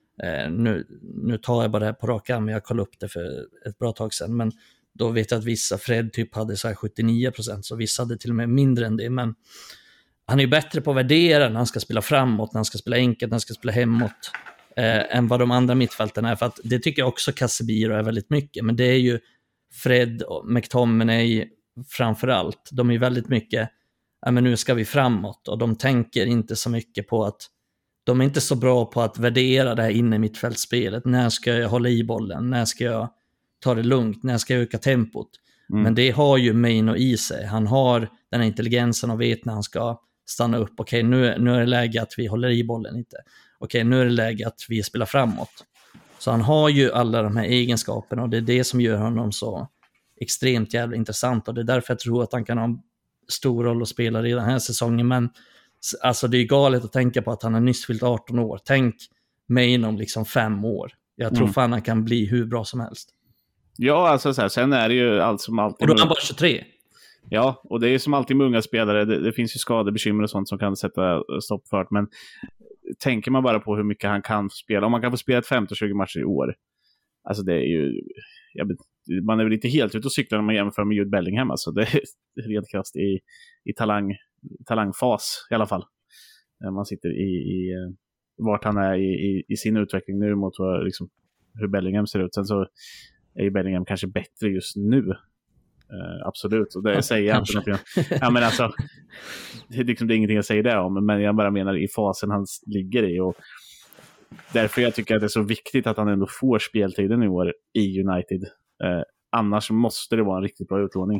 nu tar jag bara det här på raka, men jag kollade upp det för ett bra tag sedan, men då vet jag att vissa, Fred typ hade så här 79%, så vissa hade till och med mindre än det, men han är ju bättre på att värdera när han ska spela framåt, när han ska spela enkelt, när han ska spela hemåt än vad de andra mittfältarna är, för att det tycker jag också Casemiro är väldigt mycket, men det är ju Fred och McTominay framförallt, de är ju väldigt mycket men nu ska vi framåt, och de tänker inte så mycket på att de är inte så bra på att värdera det här inne i mittfältsspelet. När ska jag hålla i bollen? När ska jag ta det lugnt? När ska jag öka tempot? Men det har ju Maino i sig. Han har den här intelligensen och vet när han ska stanna upp. Okej, nu är det läge att vi håller i bollen lite. Okej, nu är det läge att vi spelar framåt. Så han har ju alla de här egenskaperna, och det är det som gör honom så extremt jävla intressant. Och det är därför jag tror att han kan ha en stor roll att spela i den här säsongen. Men alltså det är galet att tänka på att han har nyss fyllt 18 år. Tänk mig inom liksom 5 år. Jag tror fan han kan bli hur bra som helst. Ja, alltså så här, sen är det ju allt som alltid... Och då är han bara 23. Ja, och det är som alltid med unga spelare. Det finns ju skadebekymmer och sånt som kan sätta stopp för det. Men tänker man bara på hur mycket han kan spela. Om man kan få spela 15-20 matcher i år. Alltså det är ju... man är väl inte helt ute och cyklar när man jämför med Jude Bellingham. Alltså det är rent krasst i talangfas i alla fall. Man sitter i vart han är i sin utveckling nu mot liksom, hur Bellingham ser ut. Sen så är ju Bellingham kanske bättre just nu. Absolut, och det säger jag inte något. Ja, men alltså, det är ingenting jag säger det om, men jag bara menar i fasen han ligger i, och därför jag tycker att det är så viktigt att han ändå får speltiden i år i United. Annars måste det vara en riktigt bra utlåning.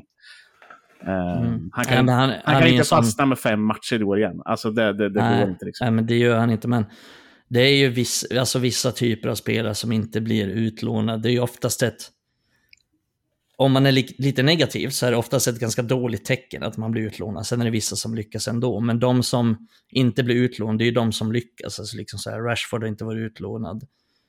Han kan inte fastna med 5 matcher i år igen. Alltså det går inte liksom. Nej, men det gör han inte, men det är ju vissa typer av spelare som inte blir utlånade. Det är ju oftast om man är lite negativ så är det oftast ett ganska dåligt tecken att man blir utlånad. Sen är det vissa som lyckas ändå, men de som inte blir utlånade, det är ju de som lyckas. Alltså liksom så här, Rashford har inte varit utlånad.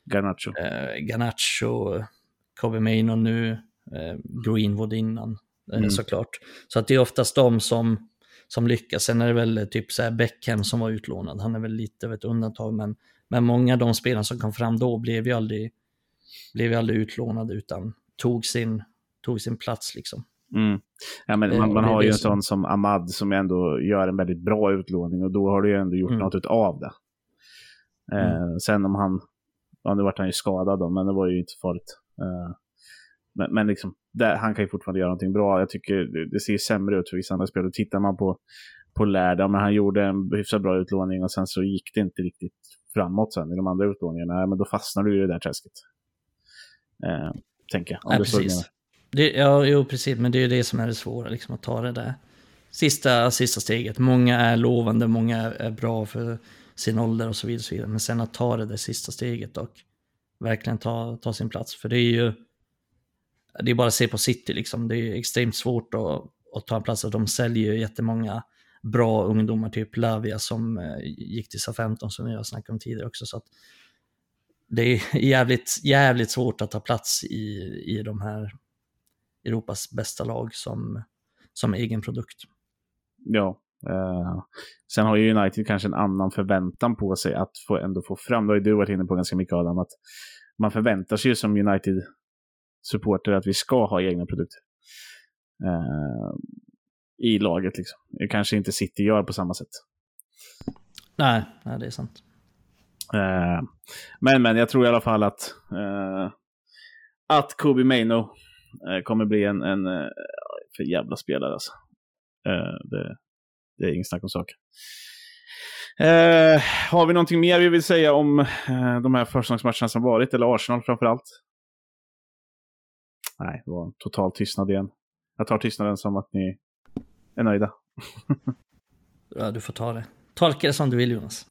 Garnacho, Kobe Maino nu, Greenwood innan, såklart. Så att det är oftast de som lyckas. Sen är det väl typ så här Beckham som var utlånad. Han är väl lite av ett undantag, men många av de spelarna som kom fram då blev ju aldrig utlånade, utan tog sin plats liksom. Ja, men man har ju en sån som Ahmad som ändå gör en väldigt bra utlåning, och då har du ju ändå gjort något av det. Sen om han nu vart han ju skadad då, men det var ju inte farligt. Men liksom, han kan ju fortfarande göra någonting bra. Jag tycker det ser sämre ut för vissa andra spelare. Tittar man på lärdag, men han gjorde en hyfsat bra utlåning, och sen så gick det inte riktigt framåt sen i de andra utlåningarna. Nej, men då fastnar du i det där träsket. Tänker jag. Precis. Precis, men det är ju det som är det svåra, liksom, att ta det där sista steget. Många är lovande, många är bra för sin ålder och så vidare, men sen att ta det där sista steget och verkligen ta sin plats, för det är bara att se på City liksom. Det är extremt svårt att ta en plats, och de säljer ju jättemånga bra ungdomar, typ Lavia som gick till SA-15 som jag snackade om tidigare också, så att det är jävligt svårt att ta plats i de här Europas bästa lag som egen produkt. Ja, sen har ju United kanske en annan förväntan på sig att ändå få fram, då har ju du varit inne på ganska mycket, Adam, att man förväntar sig ju som United-supporter att vi ska ha egna produkter i laget liksom. Det kanske inte City gör på samma sätt. Nej, det är sant. Men jag tror i alla fall att Kobe Maino kommer bli för jävla spelare alltså. Det är ingen snack om saker. Har vi någonting mer vi vill säga om de här försäsongsmatcherna som varit, eller Arsenal framförallt? Nej, det var en total tystnad igen. Jag tar tystnaden som att ni är nöjda. Ja, du får ta det. Tolka det som du vill, Jonas.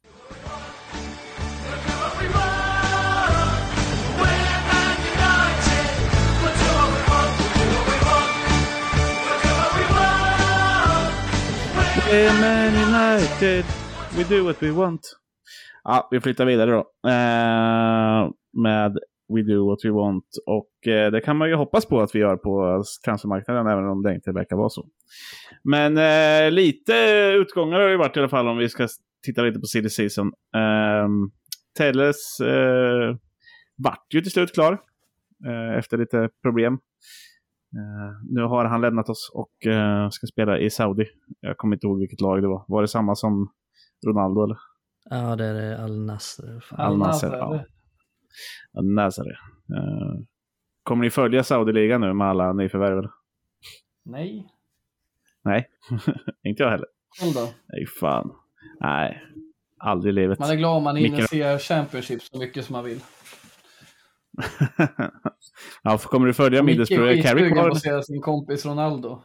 Man United, we do what we want. Ja, vi flyttar vidare då. Med We do what we want. Och det kan man ju hoppas på att vi gör på transfermarknaden, även om det inte verkar vara så. Men lite utgångar har det varit i alla fall, om vi ska titta lite på silly season. Telles vart ju till slut klar efter lite problem. Nu har han lämnat oss och ska spela i Saudi. Jag kommer inte ihåg vilket lag det var. Var det samma som Ronaldo eller? Ja, det är det. Al-Nassr. Al-Nassr, ja. Al-Nassr. Kommer ni följa Saudi-ligan nu med alla nyförvärv? Nej. Nej, inte jag heller. Då. Nej, fan. Nej, aldrig i livet. Man är glad om man investerar Championship så mycket som man vill. Ja, kommer du följa Middlesbrough? Micke är skitsugen på att se sin kompis Ronaldo.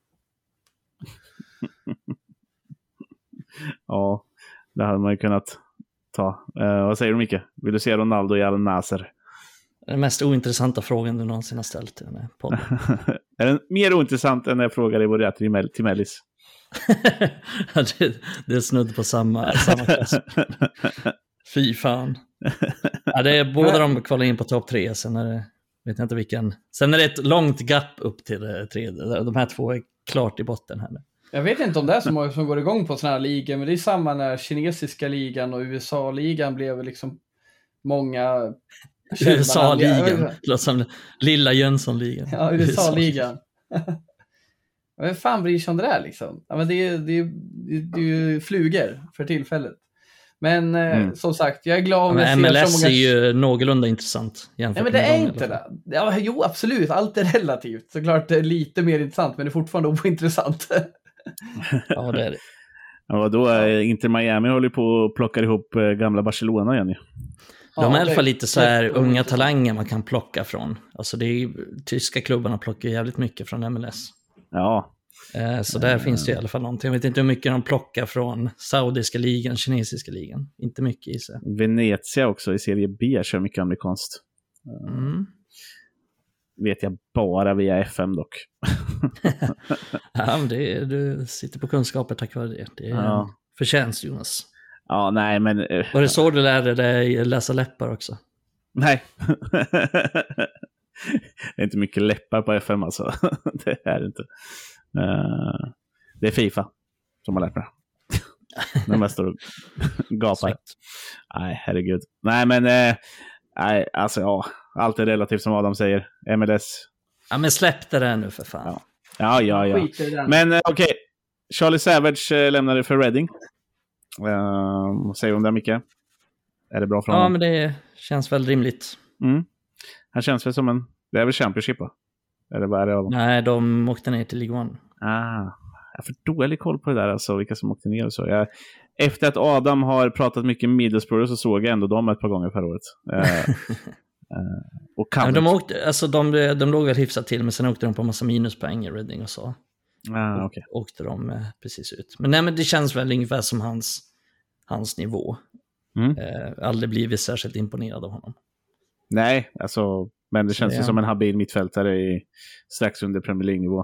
Ja, det hade man ju kunnat ta. Vad säger du, Micke? Vill du se Ronaldo i Al-Nassr? Den mest ointressanta frågan du någonsin har ställt i den här podden. Är den mer ointressant än när jag frågade i vår rätt till Mellis? Det är snudd på samma klass. Fy fan. Ja, det är båda de kvalar in på topp 3. Sen är det, vet jag inte vilken. Sen är det ett långt gap upp till 3. De här två är klart i botten här nu. Jag vet inte om det är så många som går igång på såna här ligor, men det är samma när kinesiska ligan och USA-ligan blev liksom många... USA-ligan, som lilla Jönsson-ligan. Ja, USA-ligan. Vem fan bryr sig om det där liksom? Ja, men det är ju flugor för tillfället. Men som sagt, jag är glad om jag MLS ser så många... är ju någorlunda intressant. Nej, men det är inte det. Ja, jo, absolut. Allt är relativt. Såklart det är lite mer intressant, men det är fortfarande ointressant. Ja, det är det. Ja, då är Inter Miami håller på att plocka ihop gamla Barcelona igen. De är i alla fall lite så här unga talanger man kan plocka från. Alltså det är tyska klubbarna plockar jävligt mycket från MLS. Ja. Så där finns det i alla fall någonting. Jag vet inte hur mycket de plockar från saudiska ligan, kinesiska ligan. Inte mycket i sig. Venezia också i Serie B kör mycket amerikanskt. Vet jag bara via FM dock. Ja, men du sitter på kunskaper tack vare det. Det är förtjänst, Jonas. Ja, nej men... Var det så du lärde dig läsa läppar också? Nej. Det är inte mycket läppar på FM alltså. Det är inte. Det är FIFA som har lärt mig. När man står och gapar. Nej, herregud. Nej, men nej, alltså ja. Allt är relativt som Adam säger. MLS. Ja, men släpp det där nu för fan. Ja. Men okej. Charlie Savage lämnade för Reading. Vad säger du om det, Micke? Är det bra för honom? Ja, men det känns väl rimligt. Han känns väl som det är väl Championship, va? Eller vad är det? Nej, de åkte ner till League One. Jag får dålig koll på det där, alltså, vilka som åkte ner och så. Efter att Adam har pratat mycket Middlesbrough så såg jag ändå dem ett par gånger förra året. Och ja, de låg väl hyfsat till, men sen åkte de på massa minuspoäng i Reading och så. Okay. Åkte de precis ut. Men det känns väl ungefär som hans nivå. Aldrig blivit särskilt imponerad av honom. Nej, alltså, men det känns ju som en habil mittfältare strax under Premier League-nivå.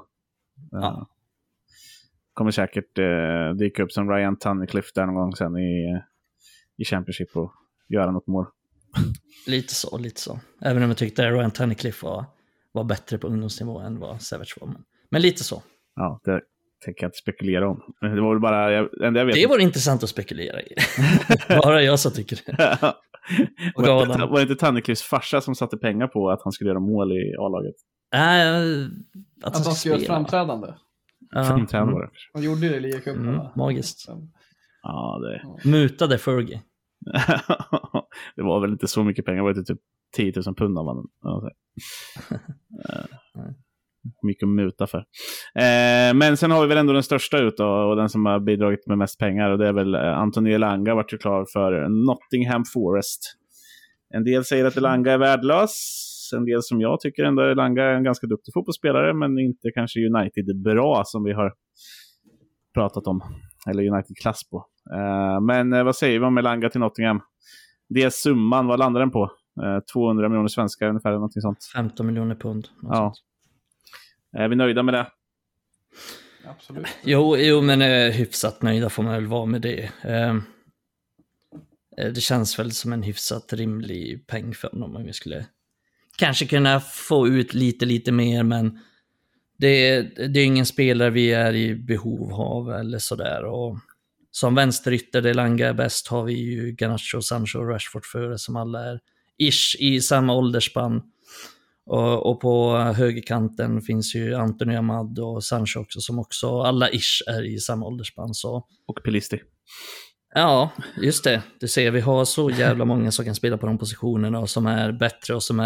Kommer säkert dyka upp som Ryan Tunnicliffe där någon gång sen i Championship och göra något mål. Lite så. Även om jag tyckte Ryan Tunnicliffe var bättre på ungdomsnivå än vad Savage var. Men lite så. Ja, det tänker jag inte spekulera om. Det var väl bara... Det var intressant att spekulera i. Bara jag så tycker det. Var det inte Tunnicliffes farsa som satte pengar på att han skulle göra mål i A-laget? Att han skulle göra ett framträdande. Framträdande var det. Han gjorde det i Liga-cupen. Magiskt. Ja, det... Mutade Fergie. Det var väl inte så mycket pengar. Det var typ 10 000 pund av honom. mycket att muta för. Men sen har vi väl ändå den största ut då, och den som har bidragit med mest pengar, och det är väl Anthony Elanga vart ju klar för Nottingham Forest. En del säger att Elanga är värdelös. En del som jag tycker ändå Elanga är en ganska duktig fotbollsspelare, men inte kanske United bra som vi har pratat om. Eller United-klass på. Men vad säger vi om Elanga till Nottingham? Det är summan, vad landar den på? 200 miljoner svenskar ungefär, någonting sånt. 15 miljoner pund. Ja. Är vi nöjda med det? Absolut. Jo, men hyfsat nöjda får man väl vara med det. Det känns väl som en hyfsat rimlig peng för honom om vi skulle kanske kunna få ut lite mer, men det är ingen spelare vi är i behov av eller sådär. Och som vänsterytter där Elanga är bäst har vi ju Garnacho, Sancho och Rashford före, som alla är ish i samma åldersspann. Och på högerkanten finns ju Anthony Ahmad och Sancho också, som också alla ish är i samma åldersspann. Så. Och Pelisti. Ja, just det. Du ser, vi har så jävla många som kan spela på de positionerna och som är bättre och som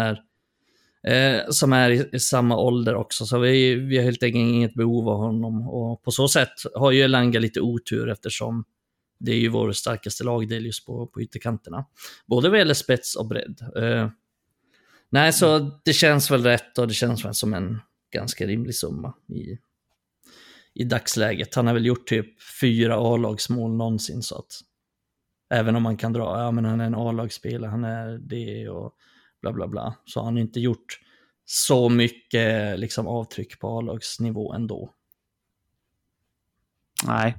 är i samma ålder också. Så vi har helt enkelt inget behov av honom. Och på så sätt har ju Elanga lite otur, eftersom det är ju vår starkaste lagdel just på ytterkanterna. Både vad gäller spets och bredd. Nej, så det känns väl rätt, och det känns väl som en ganska rimlig summa i dagsläget. Han har väl gjort typ 4 A-lagsmål någonsin, så att även om man kan dra, ja men han är en A-lagsspelare, han är det och bla bla bla, så han har inte gjort så mycket liksom avtryck på A-lagsnivå ändå. Nej.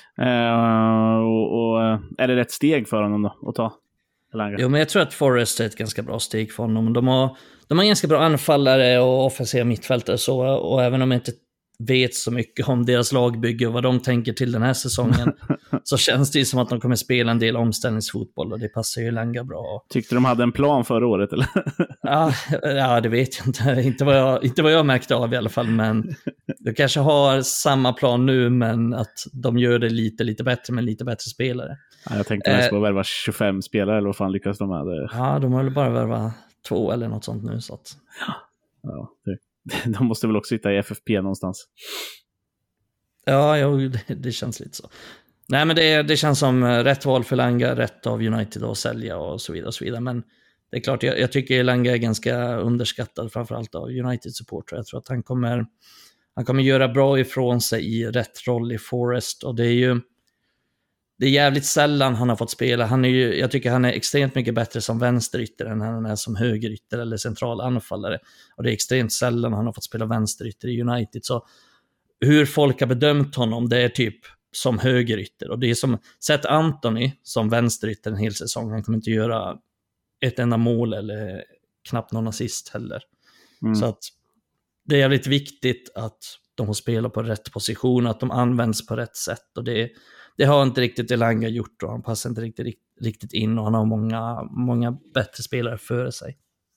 Och är det rätt steg för honom då att ta? Jo, men jag tror att Forest är ett ganska bra steg för honom. De har ganska bra anfallare och offensiva mittfältare så, och även om jag inte vet så mycket om deras lagbygge och vad de tänker till den här säsongen så känns det ju som att de kommer spela en del omställningsfotboll, och det passar ju Elanga bra. Tyckte de hade en plan förra året eller? Ja, det vet jag inte. Inte vad jag märkte av i alla fall, men de kanske har samma plan nu, men att de gör det lite bättre med lite bättre spelare. Ja, jag tänkte att de skulle värva 25 spelare, eller vad fan lyckas de med det? Ja, de har väl bara värva 2 eller något sånt nu, så att... Ja, de måste väl också sitta i FFP någonstans. Ja, det känns lite så. Nej, men det känns som rätt val för Elanga, rätt av United att sälja och så vidare och så vidare. Men det är klart, jag tycker Elanga är ganska underskattad, framförallt av United-supporter. Jag tror att han kommer göra bra ifrån sig i rätt roll i Forest, och det är jävligt sällan han har fått spela. Jag tycker han är extremt mycket bättre som vänsterytter än han är som högerytter eller central anfallare. Och det är extremt sällan han har fått spela vänsterytter i United. Så hur folk har bedömt honom, det är typ som högerytter. Och det är som, sett Anthony som vänsterytter en hel säsong. Han kommer inte göra ett enda mål eller knappt någon assist heller. Så att det är jävligt viktigt att de får spela på rätt position, att de används på rätt sätt. Och det har inte riktigt Elanga gjort, och han passar inte riktigt in, och han har många bättre spelare före sig.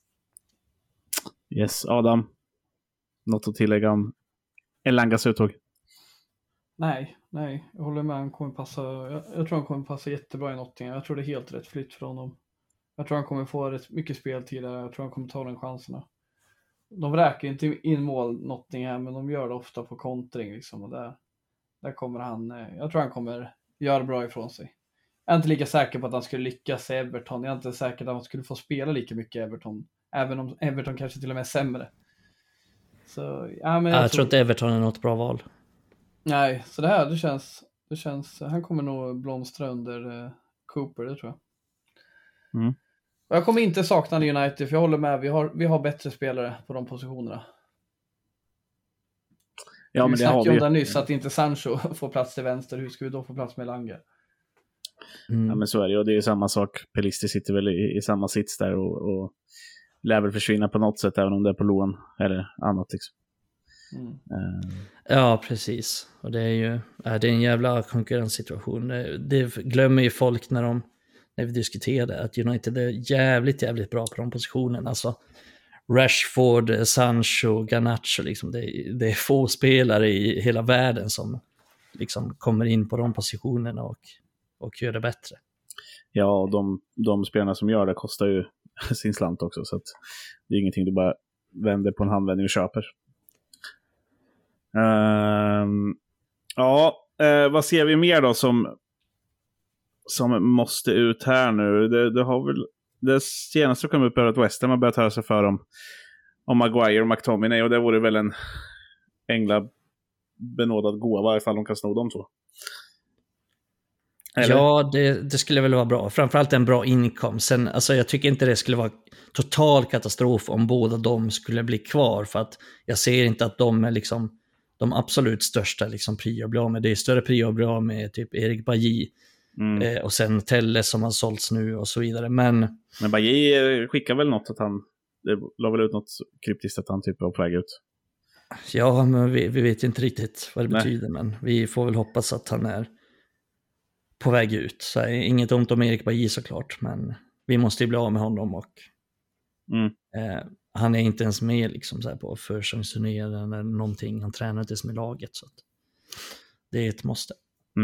Yes, Adam. Något att tillägga om Elangas uttåg? Nej, jag håller med. Han kommer passa, jag tror han kommer passa jättebra i Nottingham. Jag tror det är helt rätt flytt från honom. Jag tror han kommer få rätt mycket speltid. Jag tror han kommer ta den chanserna. De räker inte in mål Nottingham, men de gör det ofta på kontring liksom, och där kommer han, jag tror han kommer göra bra ifrån sig. Jag är inte lika säker på att han skulle lyckas i Everton. Jag är inte säker på att han skulle få spela lika mycket i Everton, även om Everton kanske till och med är sämre. Så, ja, men jag tror inte Everton är något bra val. Nej, så det känns han kommer nog blomstra under Cooper, det tror jag. Och jag kommer inte sakna United, för jag håller med, vi har bättre spelare på de positionerna. Ja, men det har vi ju. Där nyss att inte Sancho får plats till vänster, hur ska vi då få plats med Elanga? Ja, men så är det, och det är samma sak. Pelisti sitter väl i samma sits där och lär väl försvinna på något sätt, även om det är på lån eller annat liksom. Ja, precis. Och det är ju det är en jävla konkurrenssituation. Det glömmer ju folk när vi diskuterade att United är jävligt bra på de positionerna. Alltså Rashford, Sancho, Garnacho, liksom, det är få spelare i hela världen som liksom kommer in på de positionerna och gör det bättre. Ja, och de spelarna som gör det kostar ju sin slant också, så att det är ingenting du bara vänder på en handvändning och köper. Vad ser vi mer då som måste ut här nu? Det har väl det senaste kom upp att West Ham har börjat höra sig för om Maguire och McTominay, och det vore väl en änglabenådad gåva ifall de kan sno dem så. Eller? Ja, det skulle väl vara bra. Framförallt en bra inkomst. Sen, alltså, jag tycker inte det skulle vara total katastrof om båda de skulle bli kvar. För att jag ser inte att de är liksom de absolut största liksom, prio att bli av med. Det är större prio att bli av med typ Erik Bajy. Och sen Telle som har sålts nu och så vidare. Men Bajy skickar väl något att han... Det la väl ut något kryptiskt att han typ var på väg ut. Ja, men vi vet inte riktigt vad det betyder. Men vi får väl hoppas att han är på väg ut. Så inget ont om Erik Bajy såklart, men vi måste ju bli av med honom och han är inte ens med liksom, så här, på försäsongsturnén eller någonting. Han tränar inte ens med laget, så att det är ett måste.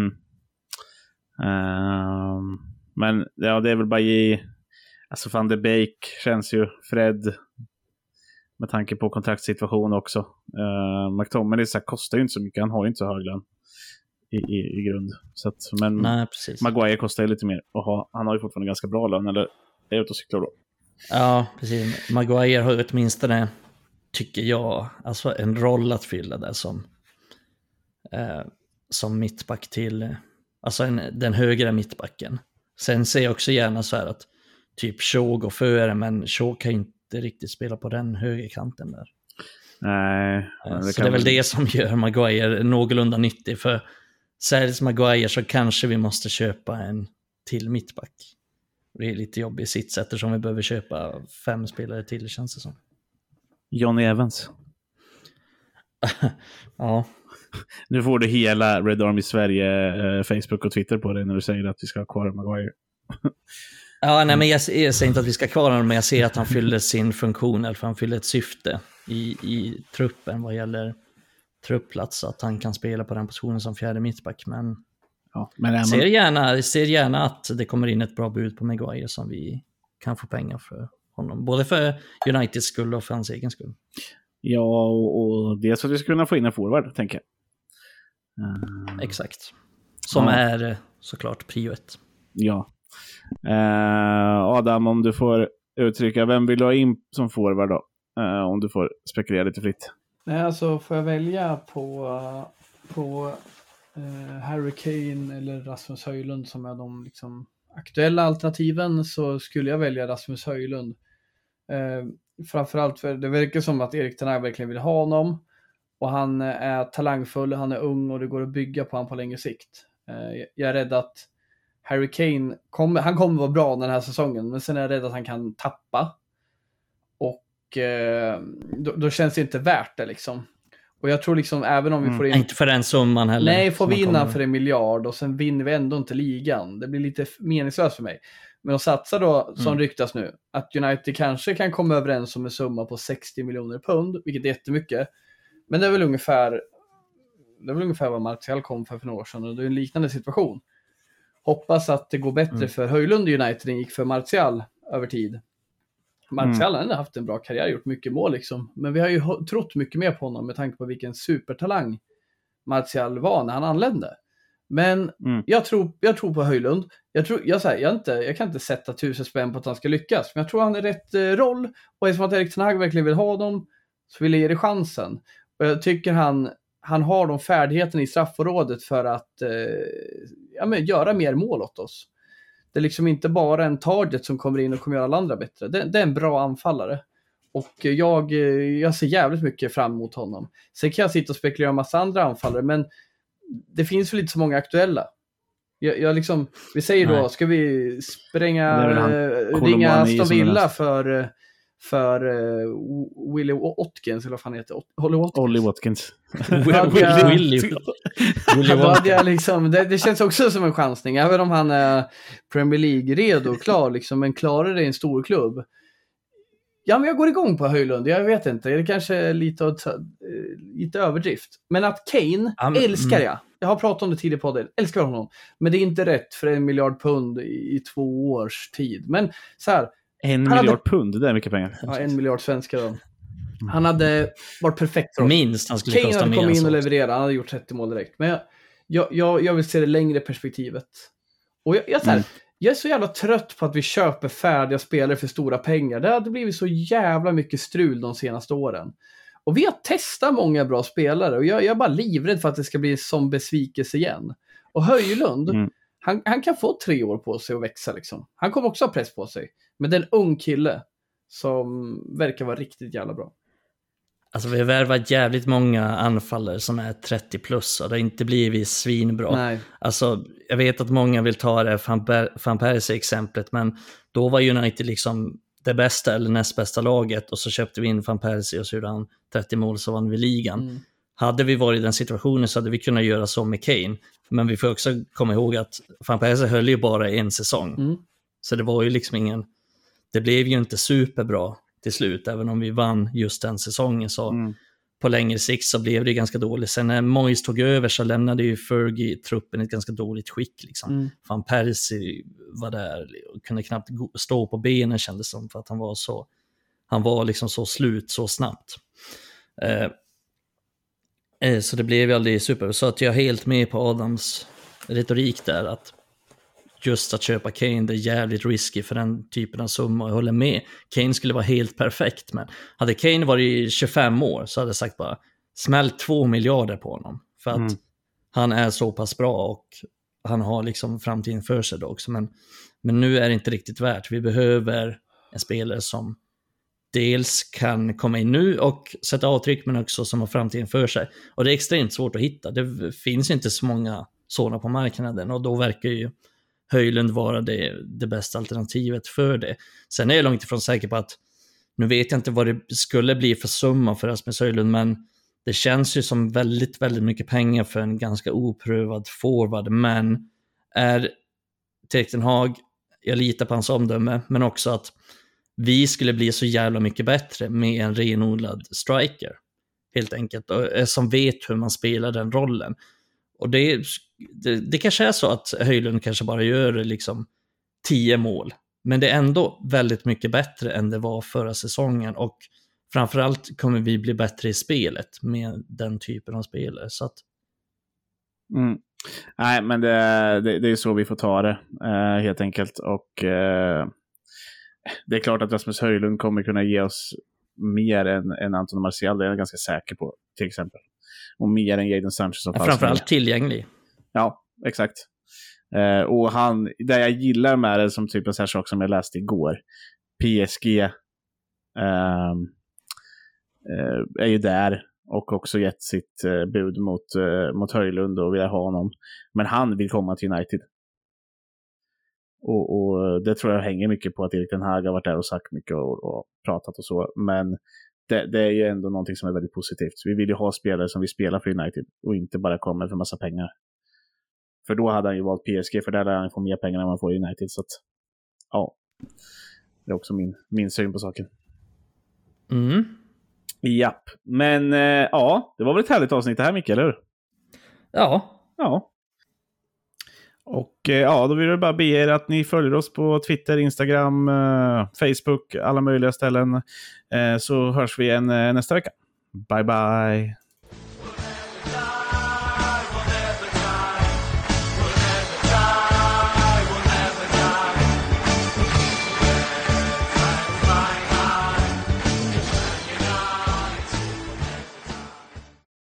Men ja, det är väl Bajy. Alltså Van de Beek känns ju, Fred med tanke på kontraktssituation också. McTominay kostar ju inte så mycket, han har ju inte så hög lön i grund. Så att, men nej, precis. Maguire kostar ju lite mer och han har ju fortfarande ganska bra lön, eller är jag ute och cyklar då? Ja, precis. Maguire har åtminstone, tycker jag, alltså en roll att fylla där som mittback till, alltså den högra mittbacken. Sen ser jag också gärna så här att typ Shaw går före, men Shaw kan inte riktigt spela på den högerkanten där. Nej. Så det är väl det som gör Maguire någorlunda nyttig. För säljs Maguire så kanske vi måste köpa en till mittback. Det är lite jobbig sits eftersom vi behöver köpa 5 spelare till, känns det som. Johnny Evans. Ja. Nu får du hela Red Army Sverige Facebook och Twitter på dig när du säger att vi ska ha kvar Maguire. Ja, nej, men jag säger inte att vi ska kvar honom, men jag ser att han fyller sin funktion, eller han fyller ett syfte i truppen vad gäller truppplats, att han kan spela på den positionen som fjärde mittback, men ser gärna att det kommer in ett bra bud på Maguire som vi kan få pengar för honom, både för Uniteds skull och för hans egen skull. Ja, och dels för att vi ska kunna få in en forward, tänker jag. Exakt. Som är såklart prio 1. Ja. Adam, om du får uttrycka, vem vill du ha in som forward då? Om du får spekulera lite fritt. Nej, alltså får jag välja på Harry Kane eller Rasmus Højlund som är de liksom aktuella alternativen, så skulle jag välja Rasmus Højlund. Framförallt för det verkar som att Erik Ten Hag verkligen vill ha honom, och han är talangfull, han är ung och det går att bygga på honom på längre sikt. Jag är rädd att Harry Kane kommer vara bra den här säsongen, men sen är jag rädd att han kan tappa, och då känns det inte värt det liksom. Och jag tror liksom, även om vi får in... Inte för den summan heller. Nej, får vi innan för 1 miljard och sen vinner vi ändå inte ligan. Det blir lite meningslöst för mig. Men att satsa då, som ryktas nu, att United kanske kan komma överens om en summa på 60 miljoner pund, vilket är jättemycket. Men det är väl ungefär vad Martial kom för några år sedan, och det är en liknande situation. Hoppas att det går bättre för Højlund i United än gick för Martial över tid. Martial har haft en bra karriär, gjort mycket mål liksom. Men vi har ju trott mycket mer på honom med tanke på vilken supertalang Martial var när han anlände. Men jag tror på Højlund. Jag kan inte sätta 1000 spänn på att han ska lyckas. Men jag tror han är rätt roll. Och eftersom att Erik Ten Hag verkligen vill ha dem, så vill jag ge det chansen. Och jag tycker han har de färdigheterna i straffområdet för att göra mer mål åt oss. Det är liksom inte bara en target som kommer in och kommer göra alla andra bättre. Det är en bra anfallare. Och jag ser jävligt mycket fram emot honom. Sen kan jag sitta och spekulera om massa andra anfallare, men det finns väl inte så många aktuella. Jag liksom, vi säger då, ska vi ringa Aston Villa för Willie Watkins, eller vad fan heter Ollie Watkins. Det känns också som en chansning, även om han är Premier League redo och klar liksom, men klarar det i en stor klubb. Ja, men jag går igång på Højlund. Jag vet inte, det kanske är lite överdrift. Men att Kane älskar jag. Jag har pratat om det tidigare på det. Älskar honom. Men det är inte rätt för 1 miljard pund i 2 års tid. Men så här, 1 miljard pund, det är mycket pengar. Ja, 1 miljard svenska då. Han hade varit perfekt för oss. Minst han skulle Kane kosta hade mer kommit in än och så. leverera. Han hade gjort 30 mål direkt. Men jag vill se det längre perspektivet. Och jag är så jävla trött på att vi köper färdiga spelare för stora pengar. Det hade blivit så jävla mycket strul de senaste åren. Och vi har testat många bra spelare. Och jag är bara livrädd för att det ska bli som besvikelse igen. Och Höjlund, han kan få 3 år på sig att växa liksom. Han kommer också ha press på sig. Men det är en ung kille som verkar vara riktigt jävla bra. Alltså vi har värvat jävligt många anfallare som är 30 plus och det har inte blivit svinbra. Nej. Alltså jag vet att många vill ta det Van Persie-exemplet, men då var United liksom det bästa eller näst bästa laget och så köpte vi in Van Persie och så gjorde han 30 mål så vann vi ligan. Hade vi varit i den situationen så hade vi kunnat göra så med Kane. Men vi får också komma ihåg att Van Persie höll ju bara en säsong. Så det var ju liksom det blev ju inte superbra till slut, även om vi vann just den säsongen. Så på längre sikt så blev det ganska dåligt. Sen när Moyes tog över så lämnade ju Fergie-truppen i ett ganska dåligt skick. Liksom. Van Persie var där och kunde knappt stå på benen, kändes som, för att han var liksom så slut så snabbt. Så det blev ju aldrig super. Så att jag är helt med på Adams retorik där, att just att köpa Kane, det är jävligt risky för den typen av summa. Jag håller med. Kane skulle vara helt perfekt, men hade Kane varit 25 år så hade jag sagt bara smäll 2 miljarder på honom. För att han är så pass bra och han har liksom framtiden för sig då också. Men nu är det inte riktigt värt. Vi behöver en spelare som dels kan komma in nu och sätta avtryck, men också som har framtiden för sig. Och det är extremt svårt att hitta. Det finns inte så många sådana på marknaden och då verkar ju Höjlund vara det bästa alternativet för det. Sen är jag långt ifrån säker på att, nu vet jag inte vad det skulle bli för summa för Rasmus Höjlund, men det känns ju som väldigt, väldigt mycket pengar för en ganska oprövad forward. Men är Ten Hag, jag litar på hans omdöme, men också att vi skulle bli så jävla mycket bättre med en renodlad striker, helt enkelt, och som vet hur man spelar den rollen. Och det kanske är så att Höjlund kanske bara gör liksom 10 mål, men det är ändå väldigt mycket bättre än det var förra säsongen, och framförallt kommer vi bli bättre i spelet med den typen av spelare. Så att... Nej, men det är så vi får ta det, helt enkelt. Och det är klart att Rasmus Höjlund kommer kunna ge oss mer än Anton Martial, det är jag ganska säker på, till exempel. Och mer än Jadon Sanchez. Framförallt tillgänglig. Ja, exakt. Och det jag gillar med det, som typ en sån här sak som jag läste igår, PSG är ju där och också gett sitt bud mot Höjlund och vill ha honom. Men han vill komma till United. Och det tror jag hänger mycket på att Erik Ten Hag har varit där och sagt mycket och pratat och så. Men det är ju ändå någonting som är väldigt positivt. Vi vill ju ha spelare som vill spela för United och inte bara komma för massa pengar. För då hade han ju valt PSG, för där hade han få mer pengar än man får i United. Så att, ja, det är också min syn på saken. Japp. Men ja, det var väl ett härligt avsnitt det här, Micke, eller hur? Ja. Och ja, då vill jag bara be er att ni följer oss på Twitter, Instagram, Facebook, alla möjliga ställen. Så hörs vi igen nästa vecka. Bye bye!